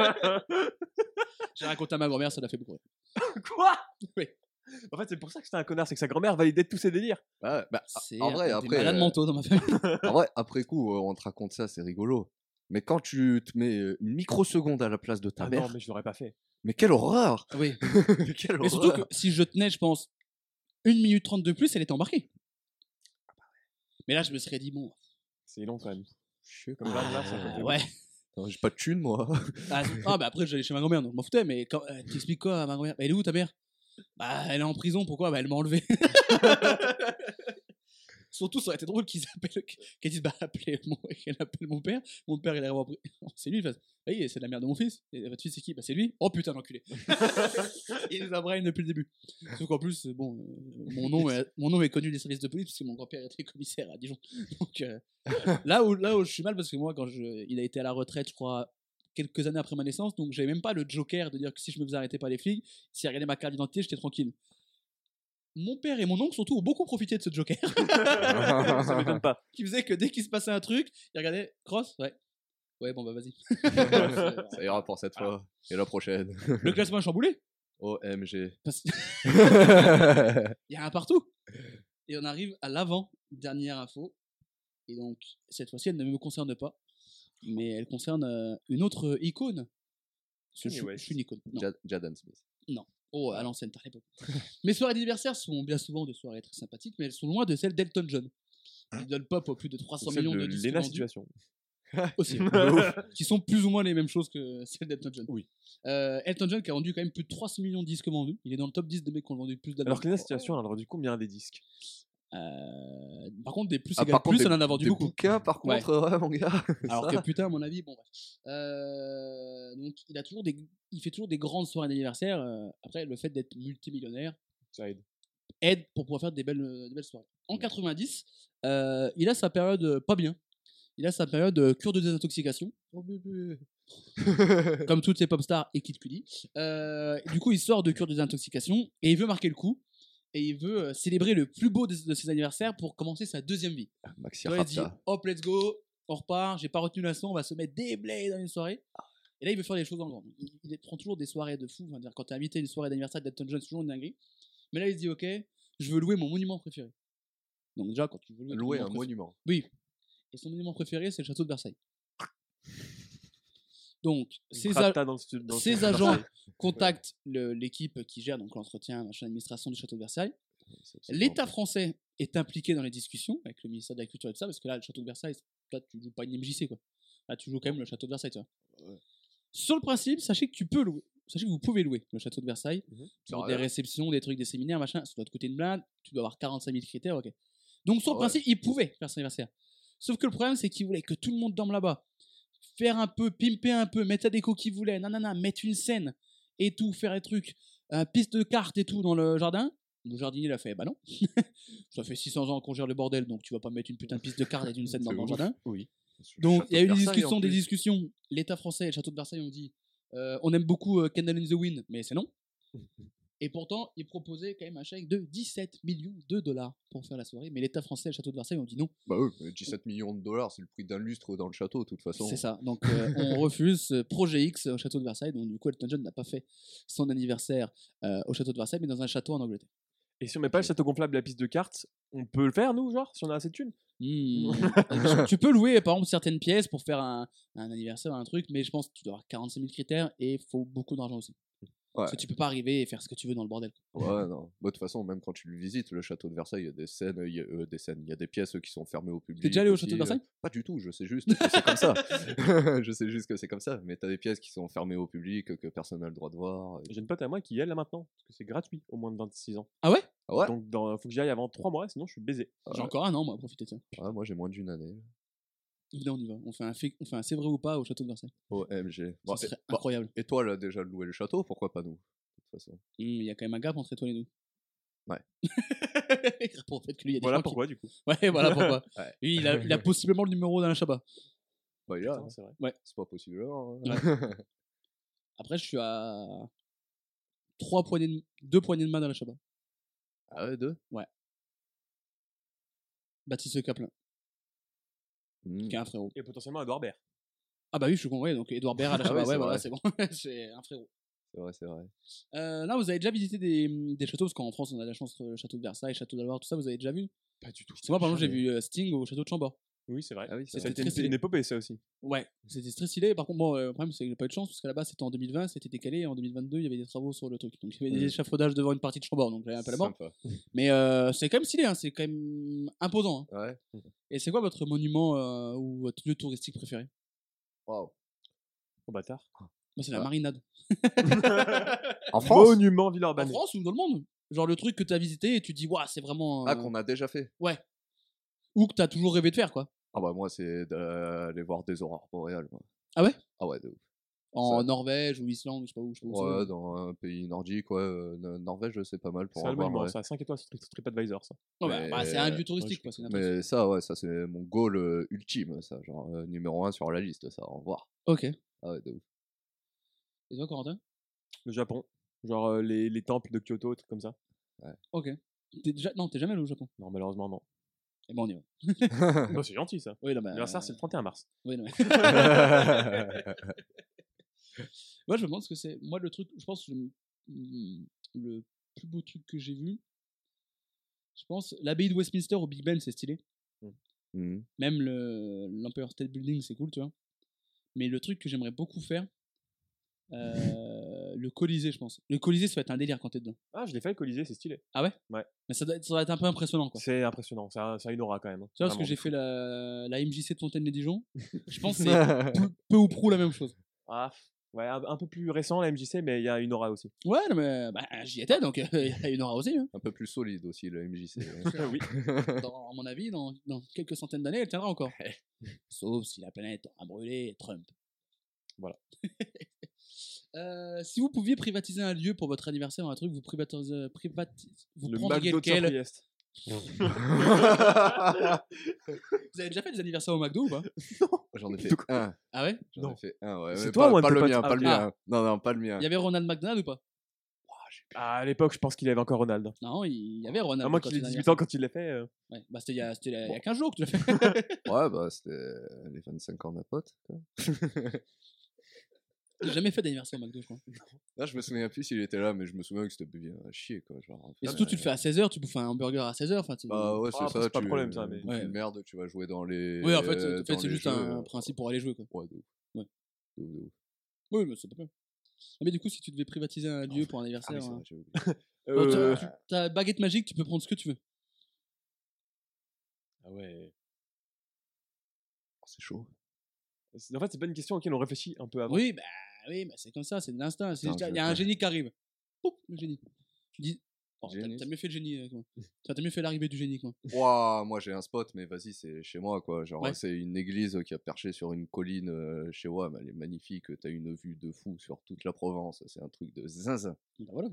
J'ai raconté à ma grand-mère, ça l'a fait beaucoup rire. Quoi? Oui. En fait, c'est pour ça que c'était un connard, c'est que sa grand-mère validait tous ses délires. Ouais, bah, C'est en vrai, des après, malades mentaux dans ma famille. en vrai, après coup, on te raconte ça, c'est rigolo. Mais quand tu te mets une microseconde à la place de ta Ah mère, non, mais je l'aurais pas fait. mais quelle horreur. Oui. Quelle Mais surtout horreur. que si je tenais, je pense, 1 minute 30 de plus, elle était embarquée. Mais là, je me serais dit, bon, C'est long quand même. Chier comme là, ça me fait ouais. Non, j'ai pas de thune, moi. Bah après, j'allais chez ma grand-mère, donc je m'en foutais, mais quand, t'expliques quoi à ma grand-mère? Bah, elle est où ta mère? Bah, elle est en prison, pourquoi? Bah, elle m'a enlevé. Surtout, ça aurait été drôle qu'elle dise, bah, qu'elle appelle mon père. Mon père, il arrive en prison. C'est lui, il fait, oui, c'est la mère de mon fils. Et votre fils, c'est qui? Bah, c'est lui. Oh putain, l'enculé. Il nous a brain depuis le début. Sauf qu'en plus, bon, mon nom est connu des services de police, parce que mon grand-père était commissaire à Dijon. Donc, là où je suis mal, parce que moi, il a été à la retraite, je crois, quelques années après ma naissance, donc j'avais même pas le joker de dire que si je me faisais arrêter par les flics, s'ils regardaient ma carte d'identité, j'étais tranquille. Mon père et mon oncle surtout ont beaucoup profité de ce joker. Ça m'étonne pas. Qui faisait que dès qu'il se passait un truc, ils regardaient cross, ouais bon bah vas-y. Ça ira pour cette fois. Et la prochaine. Le classement est chamboulé. OMG. Il y a un partout. Et on arrive à l'avant dernière info. Et donc cette fois-ci elle ne me concerne pas, mais elle concerne une autre icône. Je suis une icône. Non. Jaden Smith. Non. Oh, à l'ancienne, t'as l'époque. Mes soirées d'anniversaire sont bien souvent des soirées très sympathiques, mais elles sont loin de celles d'Elton John. Idol pop aux plus de 300 Celle millions de de disques Lena vendus. Situation. Aussi. Qui sont plus ou moins les mêmes choses que celles d'Elton John. Oui. Elton John qui a vendu quand même plus de 300 millions de disques vendus. Il est dans le top 10 des mecs qui ont vendu plus d'albums. Alors que Lena Situation, elle a vendu combien des disques? Par contre, des plus Ah, égale par contre, plus, on en a vendu des beaucoup. bouquins, par Ouais. contre, ouais, mon gars. Alors ça. que putain, à mon avis, bon bref. Donc il fait toujours des grandes soirées d'anniversaire. Après, le fait d'être multimillionnaire Ça aide. aide pour pouvoir faire des belles soirées. En 90, il a sa période pas bien. Il a sa période cure de désintoxication. Oh bébé. Comme toutes ces pop stars et Kid Cudi. Du coup, il sort de cure de désintoxication et il veut marquer le coup. Et il veut célébrer le plus beau de ses anniversaires pour commencer sa deuxième vie. Maxi Alors, il dit Rapta. hop, let's go, on repart, j'ai pas retenu la leçon, on va se mettre des blés dans une soirée. Et là, il veut faire les choses en grand. Il prend toujours des soirées de fou. Enfin, dire, quand t'es invité à une soirée d'anniversaire d'Elton John, c'est toujours une dinguerie. Mais là, il se dit ok, je veux louer mon monument préféré. Donc, déjà, quand tu veux louer, ton Louer un préféré- monument. Oui. Et son monument préféré, c'est le château de Versailles. Donc, ses agents contactent l'équipe qui gère donc l'entretien, machin, l'administration du château de Versailles. L'État français est impliqué dans les discussions avec le ministère de la Culture et tout ça, parce que là, le château de Versailles, toi, tu joues pas une MJC, quoi. Là, tu joues quand même le château de Versailles, tu vois. Ouais. Sur le principe, sachez que tu peux louer. Sachez que vous pouvez louer le château de Versailles pour des réceptions, des trucs, des séminaires, machin. Ça doit te coûter une blinde. Tu dois avoir 45 000 critères, ok. Donc, sur le principe, il pouvait faire son anniversaire. Sauf que le problème, c'est qu'il voulait que tout le monde dorme là-bas. Faire un peu, pimper un peu, mettre la déco qu'il voulait, nanana, mettre une scène et tout, faire des trucs, piste de cartes et tout dans le jardin. Le jardinier l'a fait, bah non. Ça fait 600 ans qu'on gère le bordel, donc tu vas pas mettre une putain de piste de cartes et une scène dans le jardin. Oui. Donc il y a eu des discussions. L'État français et le château de Versailles ont dit on aime beaucoup Candle in the Wind, mais c'est non. Et pourtant, ils proposaient quand même un chèque de 17 millions de dollars pour faire la soirée, mais l'État français et le château de Versailles ont dit non. Bah oui, mais 17 millions de dollars, c'est le prix d'un lustre dans le château, de toute façon. C'est ça. Donc on refuse ce projet X au château de Versailles. Donc du coup, Elton John n'a pas fait son anniversaire au château de Versailles, mais dans un château en Angleterre. Et si on met pas le château gonflable et la piste de cartes, on peut le faire, nous, genre, si on a assez de thunes? Tu peux louer par exemple certaines pièces pour faire un anniversaire, un truc, mais je pense que tu dois avoir 45 000 critères et il faut beaucoup d'argent aussi. Ouais. Parce que tu peux pas arriver et faire ce que tu veux dans le bordel. Ouais, non. Bah, de toute façon, même quand tu le visites, le château de Versailles, il y a des scènes, il y a des pièces qui sont fermées au public. T'es déjà allé au aussi, château de Versailles? Pas du tout, je sais juste que c'est comme ça. Je sais juste que c'est comme ça. Mais t'as des pièces qui sont fermées au public, que personne n'a le droit de voir. J'ai une pote à moi qui y est là maintenant, parce que c'est gratuit, au moins de 26 ans. Ah ouais? Ah ouais? Donc, faut que j'y aille avant 3 mois, sinon je suis baisé. J'ai encore un an, moi, à profiter de ça. Ouais, moi j'ai moins d'une année. Venez, on y va. On fait un c'est vrai ou pas au château de Versailles. OMG. Bon, Ça serait incroyable. et toi, là, déjà loué le château, pourquoi pas nous? De toute façon. Il y a quand même un gap entre toi et nous. Ouais. Pour le fait que lui, il y a des Voilà gens pourquoi, du coup. Ouais, voilà pourquoi. Ouais. Lui, il a possiblement le numéro d'Alain Chabat. Bah, il y a, Putain, c'est vrai. c'est pas possible là. Hein. Ouais. Après, je suis à 2 poignées de main d'Alain Chabat. Ah ouais, deux? Baptiste Caplin, qui est un frérot. Et potentiellement Edouard Baird. Ah bah oui, je suis con, ouais, donc Edouard Baird, Alain Ah Chabat, ouais, ouais, c'est voilà, vrai. c'est bon. C'est un frérot. C'est vrai, c'est vrai. Là, vous avez déjà visité des châteaux, parce qu'en France, on a de la chance, le château de Versailles, château d'Alvar, tout ça, vous avez déjà vu? Pas du tout. Parce que moi, par exemple, j'ai vu Sting au château de Chambord. Oui, c'est vrai. Ah oui, Ça C'était a été très stylé. une épopée, ça aussi. Ouais, c'était très stylé. Par contre, bon, le problème, c'est que j'ai pas eu de chance, parce qu'à la base, c'était en 2020, c'était décalé, et en 2022, il y avait des travaux sur le truc. Donc, il y avait des échafaudages devant une partie de Chambord, donc j'avais un peu la mort. Sympa. Mais c'est quand même stylé, hein, c'est quand même imposant. Hein. Ouais. Et c'est quoi votre monument ou votre lieu touristique préféré? Waouh. Oh bâtard. Moi, c'est la Ah. marinade. En France Monument En Villeurbanne. France ou dans le monde? Genre le truc que t'as visité et tu dis, waouh, c'est vraiment. Ah, qu'on a déjà fait. Ouais. Ou que t'as toujours rêvé de faire, quoi. Ah bah moi, c'est d'aller voir des aurores boréales. Moi. Ah ouais? Ah ouais, de ouf. En Ça. Norvège ou Islande, je sais pas où. Je sais pas où Ouais, c'est. dans un pays nordique, ouais. Norvège, c'est pas mal pour C'est un avoir. monument, Ouais. ça a 5 étoiles sur TripAdvisor, ça. Non, bah, c'est un lieu Ouais, touristique, je- quoi. C'est une attraction. Mais ça, ouais, ça c'est mon goal ultime, ça. Genre numéro 1 sur la liste, ça. Au revoir. Ok. Ah ouais, de ouf. Et toi, Corentin? Le Japon. Genre les temples de Kyoto, trucs comme ça. Ok. Non, t'es jamais allé au Japon. Non, malheureusement, non. Et bon, on y va. Bah, c'est gentil, ça. Oui, non, mais. L'anniversaire, c'est le 31 mars. Oui, non, mais. Moi, je me demande ce que c'est. Moi, le truc, je pense que le plus beau truc que j'ai vu, je pense, l'abbaye de Westminster au Big Ben, c'est stylé. Mhm. Même l'Empire State Building, c'est cool, tu vois. Mais le truc que j'aimerais beaucoup faire, le Colisée, je pense. Le Colisée, ça va être un délire quand t'es dedans. Ah, je l'ai fait le Colisée, c'est stylé. Ah ouais? Ouais. Mais ça doit être un peu impressionnant, quoi. C'est impressionnant, ça a une aura quand même. Tu vois, parce que Vraiment j'ai de fait fou. la MJC de Fontaine-les-Dijon. Je pense que c'est peu ou prou la même chose. Ah, ouais, un peu plus récent, la MJC, mais il y a une aura aussi. Ouais, non, mais bah, j'y étais, donc il y a une aura aussi. Hein. Un peu plus solide aussi, le MJC. Oui. À mon avis, dans quelques centaines d'années, elle tiendra encore. Sauf si la planète a brûlé Trump. Voilà. Si vous pouviez privatiser un lieu pour votre anniversaire ou un truc, vous vous Le prendriez McDo de lequel? Saint-Priest. Vous avez déjà fait des anniversaires au McDo ou pas? J'en ai fait un. Ah ouais? J'en Non. ai fait un, ouais. C'est mais toi ou un de pas tes le potes? mien, Ah, pas le ok. mien. Non, pas le mien. Il y avait Ronald McDonald ou pas? Ah, à l'époque, je pense qu'il avait encore Ronald. Non, il y avait Ronald. À moins quand qu'il ait il 18 ans quand il l'a fait. Ouais, bah c'était il y a 15 jours que tu l'as fait. Ouais, bah c'était les 25 ans d'un pote. quoi. J'ai jamais fait d'anniversaire au McDo, je crois. Là, je me souviens plus s'il était là, mais je me souviens que c'était bien à chier, quoi. Genre, Et surtout, tu le fais à 16h, tu bouffes un hamburger à 16h. Enfin, Bah ouais, Ah, c'est après, ça. c'est pas tu le problème, ça, mais- bouffes une merde, tu vas jouer dans les. Oui, en fait, dans c'est les juste jeux, un principe pour aller jouer, quoi. Ouais, de ouf. Ouais. De ouf, de ouf. Oui, mais c'est pas mal. Ah, mais du coup, si tu devais privatiser un lieu pour un Ah anniversaire, oui, c'est hein. vrai, j'ai oublié. Bon, ta baguette magique, tu peux prendre ce que tu veux. Ah ouais. Oh, c'est chaud. En fait, c'est pas une question auquel on réfléchit un peu avant. Oui, bah c'est comme ça, c'est de l'instinct. C'est Putain, juste- Il je y a un vais- génie qui arrive. Poup, le génie. Tu dis, oh, Génie. t'as mieux fait le génie. Quoi. T'as mieux fait l'arrivée du génie, quoi. Ouah, moi j'ai un spot, mais vas-y, c'est chez moi, quoi. Genre, Ouais. c'est une église qui a perché sur une colline chez moi, mais elle est magnifique. T'as une vue de fou sur toute la Provence. C'est un truc de zinzin. Bah voilà.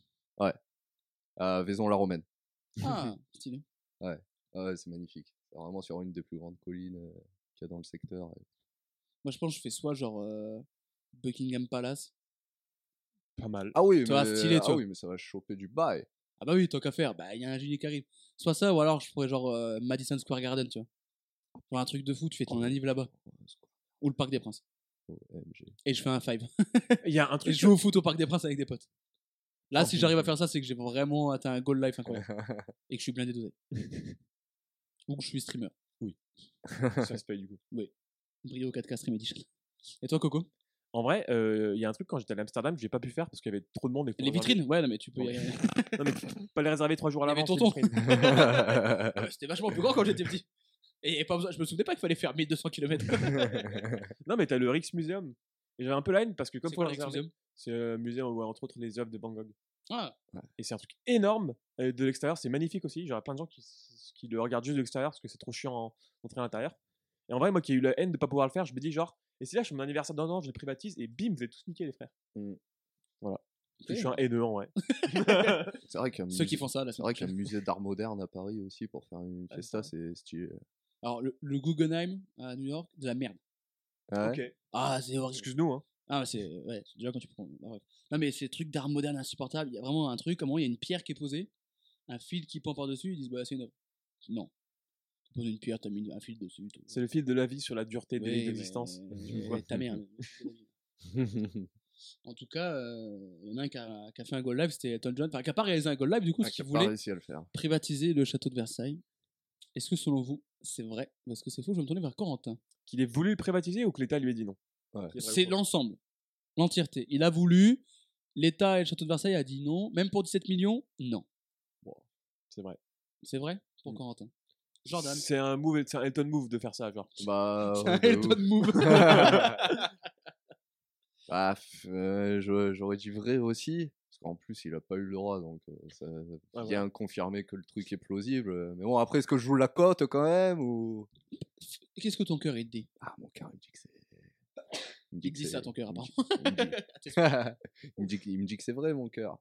À Vaison-la-Romaine. Ah, stylé. Ah ouais, c'est magnifique. C'est vraiment sur une des plus grandes collines qu'il y a dans le secteur. Moi, je pense que je fais soit genre Buckingham Palace. Pas mal. Ah oui, Tu vois, stylé, tu vois. oui, mais ça va choper du bail. Ah bah oui, tant qu'à faire, bah il y a un génie qui arrive. Soit ça, ou alors je pourrais genre Madison Square Garden, tu vois. Genre un truc de fou, tu fais ton anniv là-bas. Ou le Parc des Princes. OMG. Et je fais un 5. Il y a un Et truc. je joue au foot au Parc des Princes avec des potes. Là, Oh, si j'arrive à faire ça, c'est que j'ai vraiment atteint un goal life incroyable. Et que je suis blindé d'oseille. Ou que je suis streamer. Ça se paye du coup. Brio 4K Stream Edition. Et toi, Coco? En vrai, il y a un truc quand j'étais à Amsterdam que j'ai pas pu faire parce qu'il y avait trop de monde. Et faut Les réserver. vitrines? Ouais, non, mais tu peux y aller. Non, mais faut pas les réserver 3 jours à Il y avait l'avance. tonton. les vitrines. Ah ouais, c'était vachement plus grand quand j'étais petit. Et pas besoin, je me souvenais pas qu'il fallait faire 1200 km. Non, mais t'as le Rijksmuseum. Et j'avais un peu la haine parce que comme C'est faut quoi le le réserver, Rijksmuseum? c'est un musée où entre autres les œuvres de Van Gogh. Ah, Et c'est un truc énorme de l'extérieur, c'est magnifique aussi. J'aurais plein de gens qui le regardent juste de l'extérieur parce que c'est trop chiant d'entrer à l'intérieur. Et en vrai, moi qui ai eu la haine de pas pouvoir le faire, je me dis genre, et c'est là, je suis mon anniversaire d'un an, je le privatise et bim, vous êtes tous niqués les frères. Voilà. Je suis un haineux en vrai. C'est vrai qu'il y a un ceux qui musée- font ça, là, C'est vrai qu'il y a un musée d'art moderne à Paris aussi pour faire une Ah, festa, c'est c'est stylé. Alors, le Guggenheim à New York, de la merde. Ah ouais. Ok. Ah, c'est horrible. Excuse-nous, hein. Ah, mais ouais, c'est déjà quand tu prends. Ah, ouais. Non, mais ces trucs d'art moderne insupportables, il y a vraiment un truc, comment il y a une pierre qui est posée, un fil qui pend par-dessus, ils disent, bah, c'est une œuvre. Non. Tu poses une pierre, t'as mis un fil dessus. C'est le fil de la vie sur la dureté de Oui, l'existence. mais- Tu me vois. Ta merde. En tout cas, il y en a un qui a fait un goal live, c'était Elton John. Enfin, qui a pas réalisé un goal live, du coup, Ah, ce qui qu'il a pas voulait réussi à le faire. privatiser le château de Versailles. Est-ce que selon vous, c'est vrai. Ou est-ce que c'est faux? Je vais me tourner vers Corentin. Qu'il ait voulu le privatiser ou que l'État lui ait dit non? Ouais. Qui est vrai C'est ou faux? l'ensemble, l'entièreté. Il a voulu, l'État et le château de Versailles a dit non. Même pour 17 millions, non. C'est vrai. C'est vrai pour Mm. Corentin. Jordan. C'est un move, c'est un Elton move de faire ça, genre. Bah, C'est un ouais, de Elton ouf. move. Bah, j'aurais dit vrai aussi. Parce qu'en plus, il a pas eu le droit, donc ça vient confirmer que le truc est plausible. Mais bon, après, est-ce que je joue la cote quand même ou... Qu'est-ce que ton cœur il te dit? Ah, mon cœur, il me dit que c'est. Il te dit ça, ton cœur, apparemment. Il me dit que c'est vrai, mon cœur.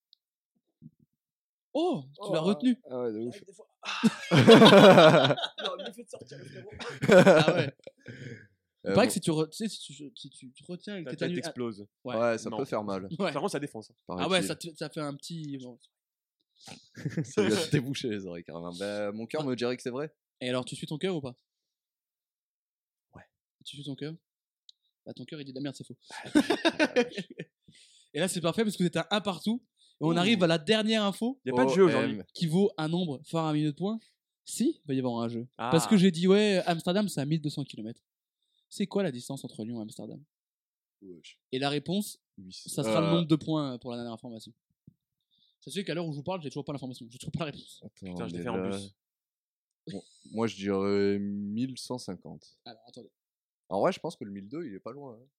Oh, tu l'as retenu. Ah ouais, de ouf. Des fois. Non, me fait sortir le frérot. Ah ouais. Il paraît bon, que si tu retiens et que Ta tête t'éternues- explose. ouais, ça non. peut faire mal. Ouais. Par contre, ça défonce. Ah ouais, paraît-il. ça fait un petit. Bon. Ça lui a débouché les oreilles carrément. Bah, mon cœur me dirait que c'est vrai. Et alors, tu suis ton cœur ou pas? Ouais. Tu suis ton cœur? Bah, ton cœur il dit de la merde, c'est faux. Et là, c'est parfait parce que c'est un 1 partout. Et on arrive à la dernière info Il n'y a pas de jeu aujourd'hui. qui vaut un nombre faramineux de points. Si, il va y avoir un jeu. Ah. Parce que j'ai dit, ouais, Amsterdam, c'est à 1200 km. C'est quoi la distance entre Lyon et Amsterdam? Et la réponse, ça sera le nombre de points pour la dernière information. Sachez qu'à l'heure où je vous parle, j'ai toujours pas l'information. J'ai toujours pas la réponse. Attends, Putain, je on l'ai est fait en là. bus. Bon, moi, je dirais 1150. Alors, attendez. En vrai, je pense que le 1002, il est pas loin. Hein.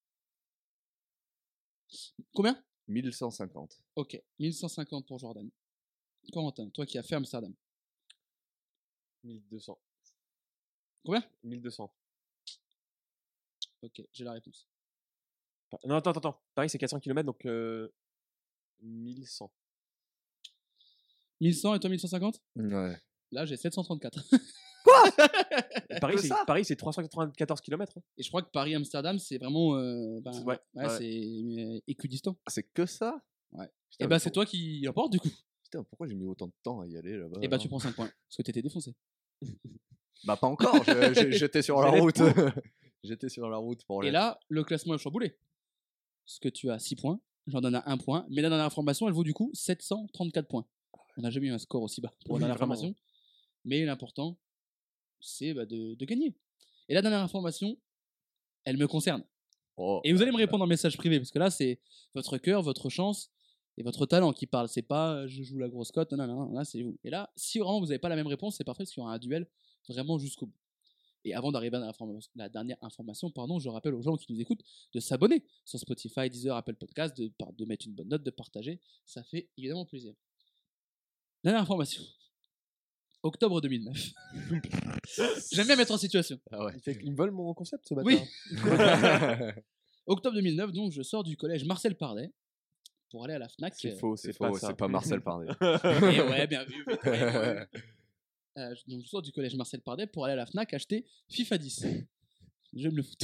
Combien? 1150. Ok, 1150 pour Jordan. Corentin, toi qui as fait Amsterdam. 1200. Combien? 1200. Ok, j'ai la réponse. Non, attends. Paris, c'est 400 km, donc 1100. 1100 et toi 1150? Ouais. Là, j'ai 734. Paris, c'est 394 km. Et je crois que Paris-Amsterdam, c'est vraiment. Ouais, ouais. C'est équidistant. Ah, c'est que ça? Ouais. Putain, Et bah, c'est toi qui l'emporte du coup. Putain, pourquoi j'ai mis autant de temps à y aller là-bas? Et bah, alors tu prends 5 points. Parce que t'étais défoncé. Bah, pas encore. J'étais sur la J'allais route. J'étais sur la route pour Et là, le classement est chamboulé. Parce que tu as 6 points. J'en donne 1 point. Mais la dernière information, elle vaut du coup 734 points. On n'a jamais eu un score aussi bas pour la dernière Vraiment. information. Mais l'important, c'est de gagner. Et la dernière information, elle me concerne. Oh, Et vous allez me répondre en message privé, parce que là, c'est votre cœur, votre chance et votre talent qui parle. C'est pas je joue la grosse cote, non, là, c'est vous. Et là, si vraiment vous n'avez pas la même réponse, c'est parfait, parce qu'il y aura un duel vraiment jusqu'au bout. Et avant d'arriver à la dernière information, je rappelle aux gens qui nous écoutent de s'abonner sur Spotify, Deezer, Apple Podcast, de mettre une bonne note, de partager. Ça fait évidemment plaisir. Dernière information. Octobre 2009. J'aime bien mettre en situation. Ah ouais. Il me vole mon concept, ce bâtard. Oui. Octobre 2009, donc je sors du collège Marcel Pardet pour aller à la Fnac. C'est faux, C'est c'est pas faux, ça. c'est pas Marcel Pardet. Et ouais, bien vu. Donc je sors du collège Marcel Pardet pour aller à la Fnac acheter FIFA 10. J'aime le foot.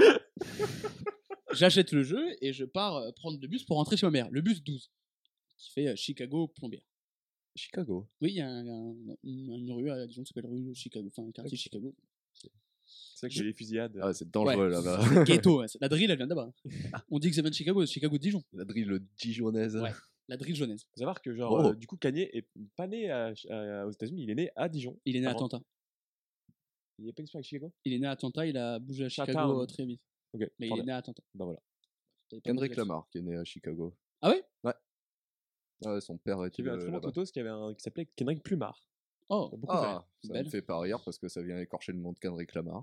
J'achète le jeu et je pars prendre le bus pour rentrer chez ma mère. Le bus 12 qui fait Chicago-Plombières. Chicago. Oui, il y a une rue à Dijon qui s'appelle rue Chicago, enfin un quartier Chicago. C'est vrai que j'ai les fusillades. Ah, c'est dangereux Ouais. là-bas. Ghetto, ouais. La drill, elle vient d'abord. On dit que ça vient de Chicago de Dijon. La drill dijonnaise. Ouais. La drill jaunnaise. Faut savoir que, genre, Oh. du coup, Kanye est pas né aux États-Unis, il est né à Dijon. Il est né à Avant. Atlanta. Il n'y a pas une histoire avec Chicago? Il est né à Atlanta, il a bougé à Chicago Chatham. très vite. Ok, Mais il très est bien. né à Atlanta. Bah voilà. T'avais pas Kendrick bougé là-dessus. Lamar qui est né à Chicago. Ah ouais? Ouais, son père J'ai était vu un très bon là-bas. totos qui s'appelait Kendrick Plumard. Oh, Ça m'a beaucoup fait rire. Ah, ça Belle. me fait pas rire parce que ça vient écorcher le nom de Kendrick Lamar.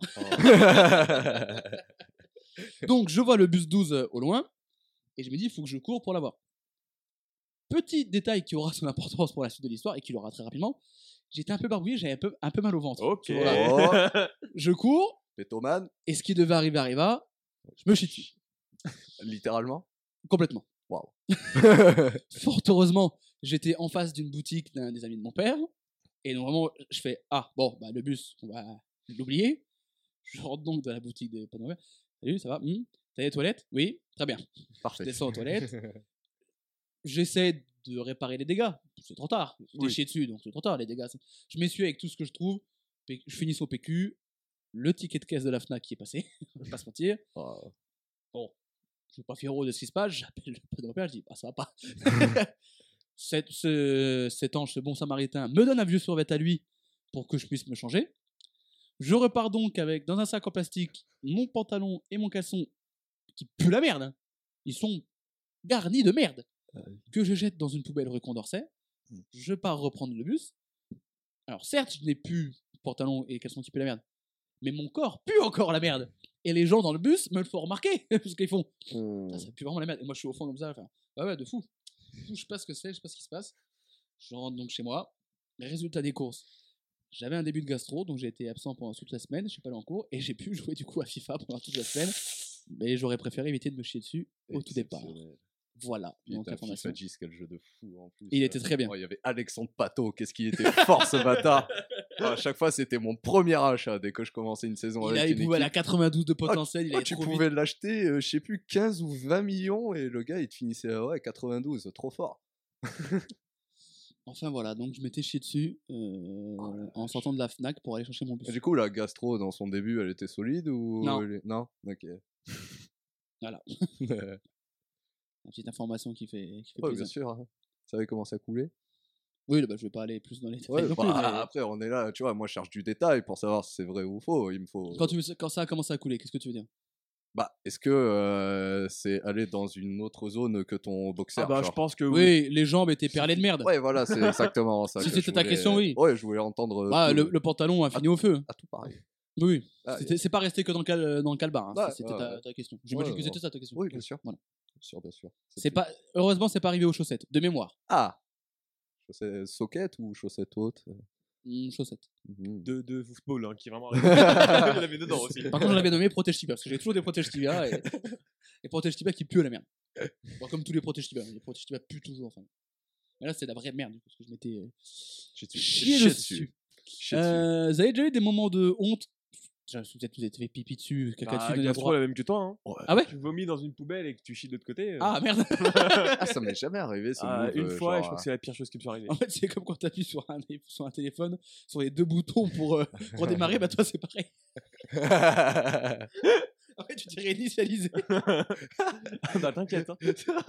donc je vois le bus 12 au loin et je me dis il faut que je cours pour l'avoir. Petit détail qui aura son importance pour la suite de l'histoire et qui l'aura très rapidement. J'étais un peu barbouillé, j'avais un peu mal au ventre. Ok. Voilà. Je cours Pétoman, et ce qui devait arriver arriva. Je me chie dessus. littéralement. Complètement. Waouh. Fort heureusement, j'étais en face d'une boutique d'un des amis de mon père. Et donc vraiment, je fais ah bon, bah le bus, on va l'oublier. Je rentre donc dans la boutique des panneaux verts. Salut, ça va? T'as les toilettes? Oui, très bien. Je Parfait. descends aux toilettes. J'essaie de réparer les dégâts. C'est trop tard. J'étais Oui. chié dessus, donc c'est trop tard les dégâts. Je m'essuie avec tout ce que je trouve. Je finis au PQ. Le ticket de caisse de la Fnac qui est passé. On va pas se mentir. Oh. Bon, je suis pas fier de ce qui se passe. J'appelle le père de mon père. Je dis bah ça va pas. Cet ange, ce bon samaritain, me donne un vieux survêt à lui pour que je puisse me changer. Je repars donc avec, dans un sac en plastique, mon pantalon et mon caleçon qui puent la merde. Hein. Ils sont garnis de merde. Que je jette dans une poubelle rue Condorcet. Je pars reprendre le bus. Alors certes, je n'ai plus pantalon et caleçon qui puent la merde. Mais mon corps pue encore la merde. Et les gens dans le bus me le font remarquer. Parce qu'ils font ça pue vraiment la merde. Et moi je suis au fond comme ça. Enfin, ouais, de fou. Je sais pas ce que c'est, je sais pas ce qui se passe. Je rentre donc chez moi. Résultat des courses. J'avais un début de gastro, donc j'ai été absent pendant toute la semaine. Je suis pas allé en cours et j'ai pu jouer du coup à FIFA pendant toute la semaine. Mais j'aurais préféré éviter de me chier dessus au tout départ. Voilà. Donc, Putain, FIFA 10, quel jeu de fou en plus. Il était très bien. Oh, il y avait Alexandre Pato, qu'est-ce qu'il était fort ce bâtard. À chaque fois, c'était mon premier achat dès que je commençais une saison. Il avec pouvait à la 92 de potentiel. Il tu trop pouvais vite. l'acheter, je sais plus, 15 ou 20 millions et le gars il te finissait à 92, trop fort. Enfin voilà, donc je m'étais chié dessus en sortant de la Fnac pour aller chercher mon bus. Et du coup, la gastro dans son début, elle était solide ou Non. Non. Ok. Voilà. Une petite information qui fait Ouais, plaisir. bien sûr. Hein. Vous savez comment ça coulait. Oui, bah, je vais pas aller plus dans les détails. Ouais, non plus, mais après, on est là, tu vois, moi je cherche du détail pour savoir si c'est vrai ou faux. Il me faut. quand ça a commencé à couler, qu'est-ce que tu veux dire? Bah, est-ce que c'est aller dans une autre zone que ton boxer Ah bah, je genre pense que oui. Oui, les jambes étaient perlées de merde. Ouais, voilà, c'est exactement ça. Si que c'était je ta voulais- question, oui. Ouais, je voulais entendre. Bah, tout- le pantalon a fini au feu. Ah, tout pareil. Oui, Ah, c'est pas resté que dans le calbar. Hein. Ouais, C'était ouais, ta question. J'imagine Ouais, que c'était ouais. ça ta question. Oui, bien sûr. Voilà. Bien sûr. C'est pas, heureusement, c'est pas arrivé aux chaussettes, de mémoire. Ah Chaussettes soquettes ou chaussettes hautes Chaussettes. Mhm. De football, hein, qui est vraiment. Il y en avait dedans aussi. Par contre, je l'avais nommé protège tibia parce que j'ai toujours des protège tibia et protège tibia qui puent la merde. Bon, comme tous les protège tibia, les protège tibia puent toujours. Enfin. Mais là, c'est la vraie merde parce que je m'étais chié Chier dessus. Chier dessus. Vous avez déjà eu des moments de honte? Peut-être que vous avez fait pipi dessus, caca Bah, dessus. dans les gastro endroits. la même que toi. Hein. Ah ouais? Tu vomis dans une poubelle et que tu chies de l'autre côté. Ah merde. Ah, ça m'est jamais arrivé ce Ah, move, une fois, genre, je crois que c'est la pire chose qui me soit arrivée. En fait, c'est comme quand t'appuies sur un téléphone, sur les deux boutons pour redémarrer, bah toi c'est pareil. En fait, tu t'es réinitialisé. Bah, t'inquiète. Hein.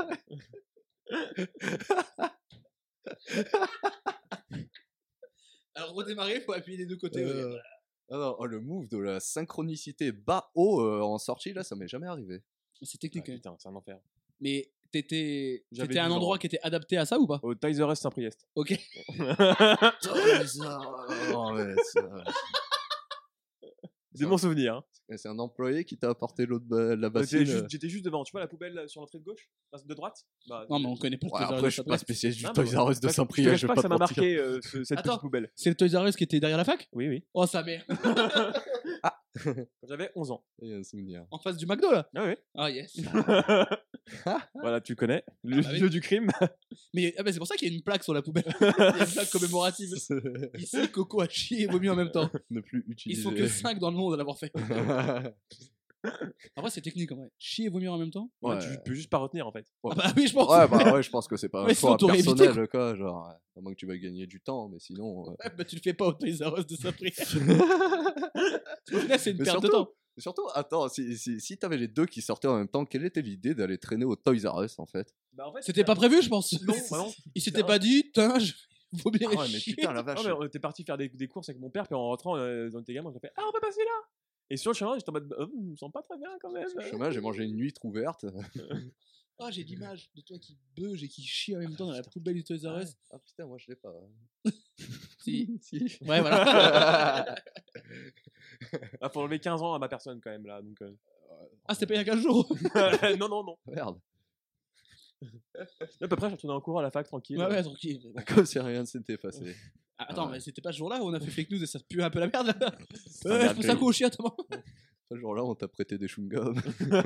Alors redémarrer, faut appuyer des deux côtés. Ah non, le move de la synchronicité bas-haut en sortie, là, ça m'est jamais arrivé. C'est technique. Ah, hein. putain, c'est un enfer. Mais J'avais t'étais à un 12 ans, endroit hein. qui était adapté à ça ou pas? Au Toys R Us Saint-Priest. Ok. C'est mon souvenir. Hein. C'est un employé qui t'a apporté la bassine. J'étais juste devant. Tu vois la poubelle là, sur l'entrée de gauche? De droite? Bah, Non, mais on connaît pas Ouais, le Toys R Us après, de je suis pas Saint-Priest. spécialiste du Ah, Toys bah, R Us de je Saint-Priest, te je cache vais pas pas que ça te m'a mentir. marqué cette Attends. petite poubelle. C'est le Toys R Us qui était derrière la fac? Oui, oui. Oh sa mère. Quand j'avais 11 ans. Il y a un souvenir. En face du McDo là? Ah oui. Ah yes. Voilà, tu connais. Le Ah oui. lieu du crime. Mais c'est pour ça qu'il y a une plaque sur la poubelle. Il y a une plaque commémorative. Ici, Coco a chié et vomi en même temps. Ne plus Ils utiliser. sont que 5 dans le monde à l'avoir fait. Après, c'est technique en vrai. Chier et vomir en même temps? Ouais. Tu peux juste pas retenir en fait. Ah bah oui, je pense. Ouais, bah ouais, je pense que c'est pas un Ouais, sinon, choix t'aurais évité, personnel, quoi. Genre, à moins que tu vas gagner du temps, mais sinon. Ouais, bah tu le fais pas au Toys R Us de Saint-Priest. Au final, c'est une Mais perte de surtout, temps. surtout, attends, si t'avais les deux qui sortaient en même temps, quelle était l'idée d'aller traîner au Toys R Us en fait? Bah en fait, C'était pas prévu, je pense. Non, bah non. Il s'était pas dit, putain, je vomir Ah et ouais, mais chier. putain, la vache. Non, mais on était parti faire des courses avec mon père, puis en rentrant dans tes gamins, on a fait: ah, on peut passer là! Et sur le chemin, j'étais en mode: je me sens pas très bien quand même. Sur le chemin, j'ai mangé une huître ouverte. Ah, j'ai l'image de toi qui beuge et qui chie en même temps dans la poubelle du Toys R Us. Ah putain, moi je l'ai pas. Si. Si. Ouais, voilà. Ah, faut enlever 15 ans à ma personne quand même là. Donc, Ah, c'était pas il y a 15 jours. non. Merde. À peu près, je retournais en cours à la fac tranquille. Ouais, tranquille. Bon. Comme si rien ne s'était passé. Ah, attends, ouais. mais c'était pas ce jour-là où on a fait fake news et ça pue un peu la merde là? un Ouais, je pense à mercredi. quoi au chien, attends. Ce jour-là, on t'a prêté des chewing-gums.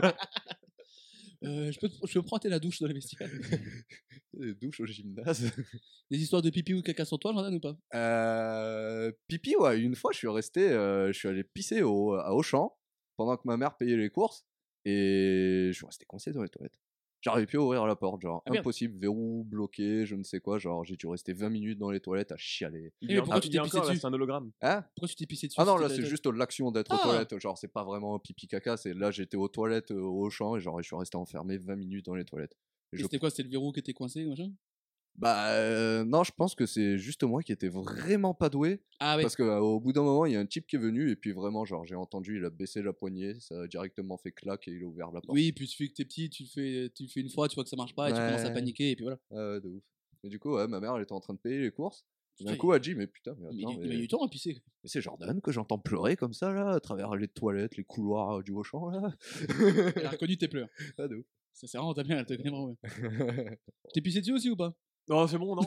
Je peux prendre la douche dans les vestiaires. Des douches au gymnase. Des histoires de pipi ou de caca sur toi, j'en ai ou pas? Pipi, ouais. Une fois, je suis allé pisser à Auchan pendant que ma mère payait les courses et je suis resté coincé dans les toilettes. J'arrivais plus à ouvrir la porte, genre Ah, merde. impossible, verrou bloqué, je ne sais quoi, genre j'ai dû rester 20 minutes dans les toilettes à chialer. Il mais y a pourquoi tu il y a t'es pissé encore, là, dessus? c'est un hologramme. Hein? Pourquoi tu t'es pissé dessus? Ah non, si là t'étais- c'est juste l'action d'être aux Ah. toilettes, genre c'est pas vraiment pipi caca, c'est là j'étais aux toilettes au Auchan et genre je suis resté enfermé 20 minutes dans les toilettes. Et Et je- c'était quoi? C'était le verrou qui était coincé, machin? Bah non, je pense que c'est juste moi qui étais vraiment pas doué. Ah ouais. Parce qu'au bout d'un moment, il y a un type qui est venu et puis vraiment, genre, j'ai entendu, il a baissé la poignée, ça a directement fait clac et il a ouvert la porte. Oui, puis il suffit que t'es petit, tu le fais une fois, tu vois que ça marche pas et tu commences à Ouais. paniquer et puis voilà. Ouais, de ouf. Et du coup, ouais, ma mère, elle était en train de payer les courses. Et d'un Putain, coup, elle dit, mais putain, mais Mais attends, il a eu du temps à pisser. mais c'est Jordan que j'entends pleurer comme ça, là, à travers les toilettes, les couloirs du Auchan, là. Elle a reconnu tes pleurs. Ah, de ouf. Ça c'est vraiment, t'as bien, elle te connaît vraiment. T'es pissé dessus aussi ou pas? Non, c'est bon, non?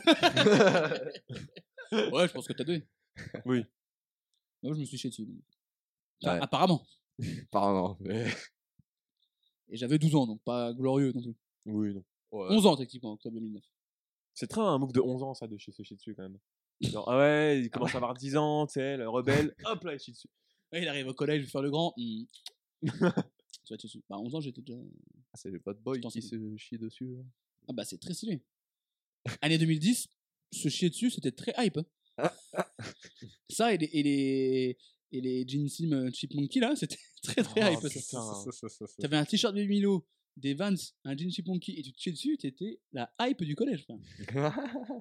Ouais, je pense que t'as deux. Oui. Moi, je me suis chié dessus. Enfin, Ouais. apparemment. Apparemment. Mais... Et j'avais 12 ans, donc pas glorieux non plus. Oui, non. Ouais. 11 ans, techniquement, octobre 2009. C'est très un move de 11 ans, ça, de se chier dessus, quand même. Genre, ah ouais, il commence à avoir 10 ans, tu sais, le rebelle, hop là, il chie dessus. Ouais, il arrive au collège, il veut faire le grand. Tu vas dessus. Bah, 11 ans, j'étais déjà. Ah, c'est les bad boys Putain, qui c'est- se chient dessus, là. Ah, bah, c'est très stylé. Année 2010, se chier dessus, c'était très hype. Hein. Ça et les Gene Sim Chipmunky, là, c'était très Oh, hype. Ça. putain. T'avais un t-shirt de Milo, des Vans, un Gene Chipmunky et tu te chiais dessus, t'étais la hype du collège. Frère.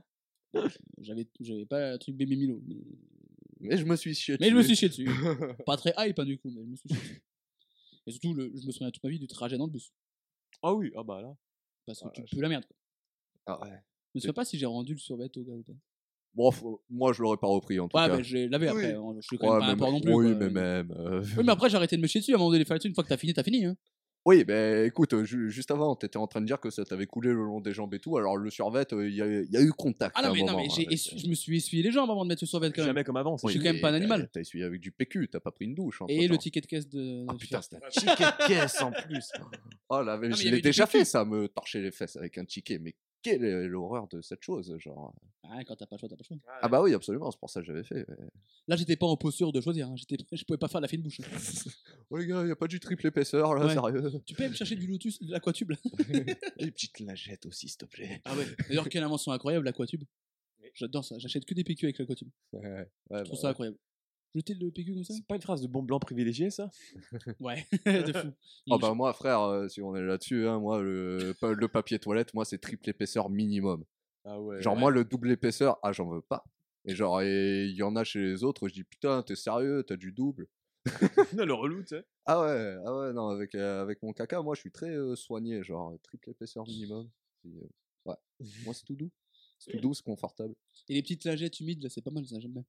J'avais pas un truc bébé Milo. Mais je me suis chié Mais je me dessus. suis chié dessus. Pas très hype, hein, du coup, mais je me suis chié dessus. Et surtout, je me souviens toute ma vie du trajet dans le bus. Ah oui, ah bah là. Parce que Ah, tu peux la merde. Quoi. Ah ouais. Je ne sais pas si j'ai rendu le survêt au gars ou pas. Bon, moi, je l'aurais pas repris, en tout Ouais, cas. mais je l'avais après. Oui. Je suis quand même pas un porc non plus. Oui, quoi. mais même. Oui, mais après, j'ai arrêté de me chier dessus. À un moment donné, fallait une fois que t'as fini, t'as fini. Hein. Oui, mais écoute, juste avant, t'étais en train de dire que ça t'avait coulé le long des jambes et tout. Alors, le survêt, il y a eu contact. Ah à non, un mais, non, moment, mais avec, je me suis essuyé les jambes avant de mettre le survêt quand même. Jamais comme avant. Je suis c'est- quand même pas un mais animal. T'as essuyé avec du PQ, t'as pas pris une douche. Et le entre-temps. ticket de caisse de. Ah du putain, fer. c'était un ticket de caisse en plus. Oh là, mais mais il y je avait l'ai du déjà PQ. fait ça, me torcher les fesses avec un ticket. Mais quelle est l'horreur de cette chose, genre. Ah, quand t'as pas le choix, t'as pas le choix. Ah bah oui, absolument, c'est pour ça que j'avais fait. mais- Là, j'étais pas en posture de choisir. Hein. Je pouvais pas faire la fine bouche. Oh les gars, y a pas du triple épaisseur là, Ouais. sérieux. Tu peux me chercher du Lotus, de l'aquatube là. Et une petite lingette aussi, s'il te plaît. Ah ouais. D'ailleurs, quelle invention incroyable, l'aquatube. J'adore ça. J'achète que des PQ avec l'aquatube. Ouais, Je trouve ça incroyable. Jeter le PQ comme ça? C'est pas une phrase de bon blanc privilégié, ça? Ouais, de fou. Oh bah moi frère, si on est là-dessus, hein, moi le papier toilette, moi c'est triple épaisseur minimum. Ah ouais. Genre moi le double épaisseur, ah j'en veux pas. Et genre il y en a chez les autres, je dis putain t'es sérieux, t'as du double. le relou, tu sais. Ah ouais non avec mon caca, moi je suis très soigné, genre triple épaisseur minimum. Ouais, moi c'est tout doux, c'est tout doux, c'est confortable. Et les petites lingettes humides, là, c'est pas mal, ça, j'aime bien.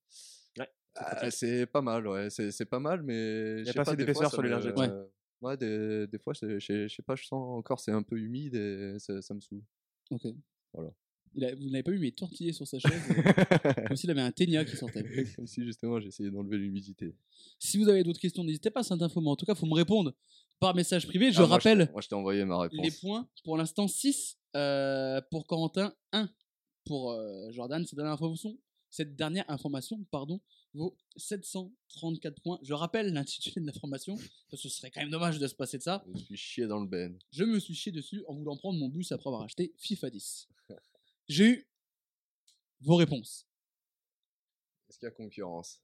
Ah, c'est pas mal, ouais, c'est pas mal, mais Y je a sais pas assez des d'épaisseur fois, sur ça les me- lingettes. Ouais. Ouais, des fois, je sais pas, je sens encore, c'est un peu humide et ça me saoule. Ok. Voilà. Vous n'avez pas vu, mais il tortillait sur sa chaise. Comme s'il avait un ténia qui sortait. Comme si justement j'essayais d'enlever l'humidité. Si vous avez d'autres questions, n'hésitez pas à cette info, mais en tout cas, il faut me répondre par message privé. Je Ah, moi, rappelle moi, je t'ai envoyé ma réponse. les points. Pour l'instant, 6 pour Corentin, 1 pour Jordan. Cette dernière information vaut 734 points. Je rappelle l'intitulé de l'information, parce que ce serait quand même dommage de se passer de ça. Je suis chié dans le ben. Je me suis chié dessus en voulant prendre mon bus après avoir acheté FIFA 10. J'ai eu vos réponses. Est-ce qu'il y a concurrence?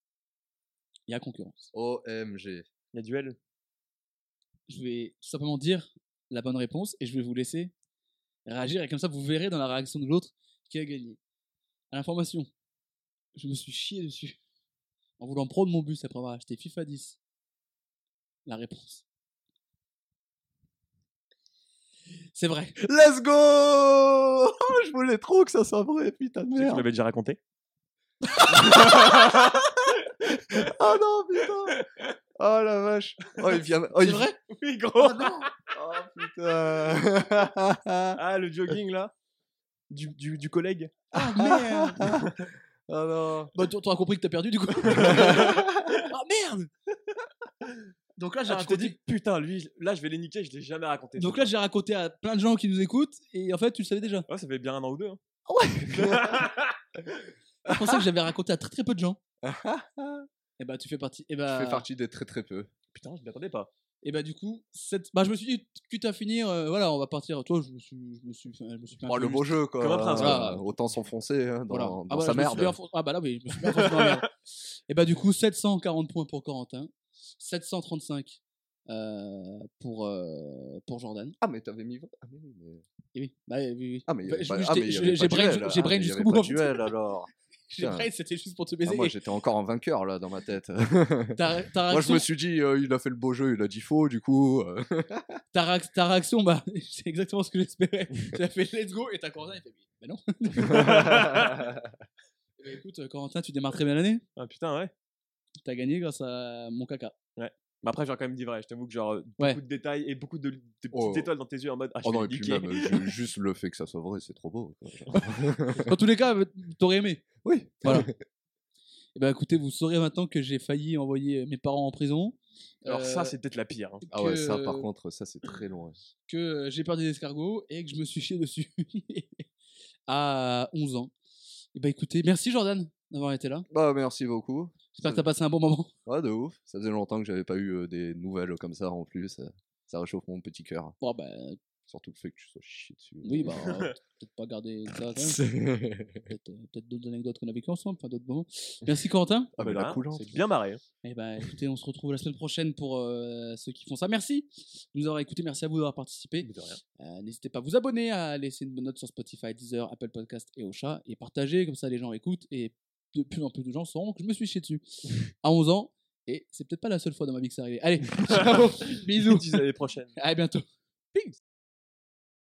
Il y a concurrence. OMG. Y a duel. Je vais tout simplement dire la bonne réponse et je vais vous laisser réagir. Et comme ça, vous verrez dans la réaction de l'autre qui a gagné. À l'information, je me suis chié dessus en voulant prendre mon bus après avoir acheté FIFA 10. La réponse. C'est vrai. Let's go. Oh, je voulais trop que ça soit vrai, putain de Tu sais que tu merde. m'avais déjà raconté. Ah non, putain. Oh la vache. Oh, il vient. Oh, C'est il... vrai? Oui, gros. Oh putain. Ah, le jogging, là. Du collègue. Ah merde. Oh non. Bah, t'auras compris que t'as perdu du coup. Ah merde. Donc là, j'ai Ah, tu t'es raconté. dit, putain, lui, là, je vais les niquer, je l'ai jamais raconté. Donc là, j'ai raconté à plein de gens qui nous écoutent et en fait, tu le savais déjà. Ouais, ça fait bien un an ou deux. Hein. Je pensais que j'avais raconté à très très peu de gens. Et bah, tu fais partie. Et Je bah, fais partie des très très peu. Putain, je m'y attendais pas. Et bah, du coup, je me suis dit, quitte à finir, voilà, on va partir. Toi, je me suis fait un Oh, peu le beau jeu, quoi. Comme un prince, voilà. Autant s'enfoncer hein, Voilà. dans Ah bah, sa je me suis merde. bien ah bah là, oui, je me suis bien enfoncé dans la merde. Et bah, du coup, 740 points pour Corentin, 735 pour Jordan. Ah, mais t'avais mis. Ah, mais oui, mais. Et oui, bah, oui, oui. Ah, mais il y avait Enfin, pas- je- ah, mais j'ai- il y avait j'ai pas brain- duel. j'ai Ah, brain mais il y jusqu'au avait bout, pas en fait. duel alors. J'ai brain, c'était juste pour te baiser. Ah, moi Et j'étais encore en vainqueur là dans ma tête. ta Moi je réaction, me suis dit, il a fait le beau jeu, il a dit faux, du coup. ta réaction, bah, c'est exactement ce que j'espérais. Tu as fait let's go et t'as Corentin, il fait bah non. Eh ben, écoute, Corentin, tu démarres très bien l'année. Ah putain, ouais. T'as gagné grâce à mon caca. Mais après, j'ai quand même dit vrai. Je t'avoue que genre, Ouais. beaucoup de détails et beaucoup de petites Oh. étoiles dans tes yeux en mode. Ah, je Oh vais non, le et puis niquer. même, juste le fait que ça soit vrai, c'est trop beau. quoi. Dans tous les cas, t'aurais aimé. Oui. Voilà. Et ben écoutez, vous saurez maintenant que j'ai failli envoyer mes parents en prison. Alors, ça, Euh, c'est peut-être la pire. Hein. Ah ouais, que- ça par contre, ça c'est très loin. que j'ai perdu des escargots et que je me suis chié dessus à 11 ans. Et bah écoutez, merci Jordan d'avoir été là. Bah merci beaucoup. J'espère que t'as passé un bon moment. Ouais, de ouf. Ça faisait longtemps que j'avais pas eu des nouvelles comme ça en plus. Ça réchauffe mon petit cœur. Bon bah Surtout le fait que tu sois chié dessus. oui, bah peut-être pas garder ça quand même. C'est- Peut-être d'autres anecdotes qu'on a vécues ensemble, enfin d'autres moments. Merci Corentin. Ah, mais Voilà, la coulante. C'est bien marré. Hein. Et bah écoutez, on se retrouve la semaine prochaine pour ceux qui font ça. Merci de nous avoir écoutés, merci à vous d'avoir participé. Mais de rien. N'hésitez pas à vous abonner, à laisser une bonne note sur Spotify, Deezer, Apple Podcast et Ocha et partager, comme ça les gens écoutent et de plus en plus de gens sauront que je me suis chié dessus à 11 ans et c'est peut-être pas la seule fois dans ma vie que ça arrive. Allez, ciao, bisous, Dis à l'année prochaine. à bientôt. Peace.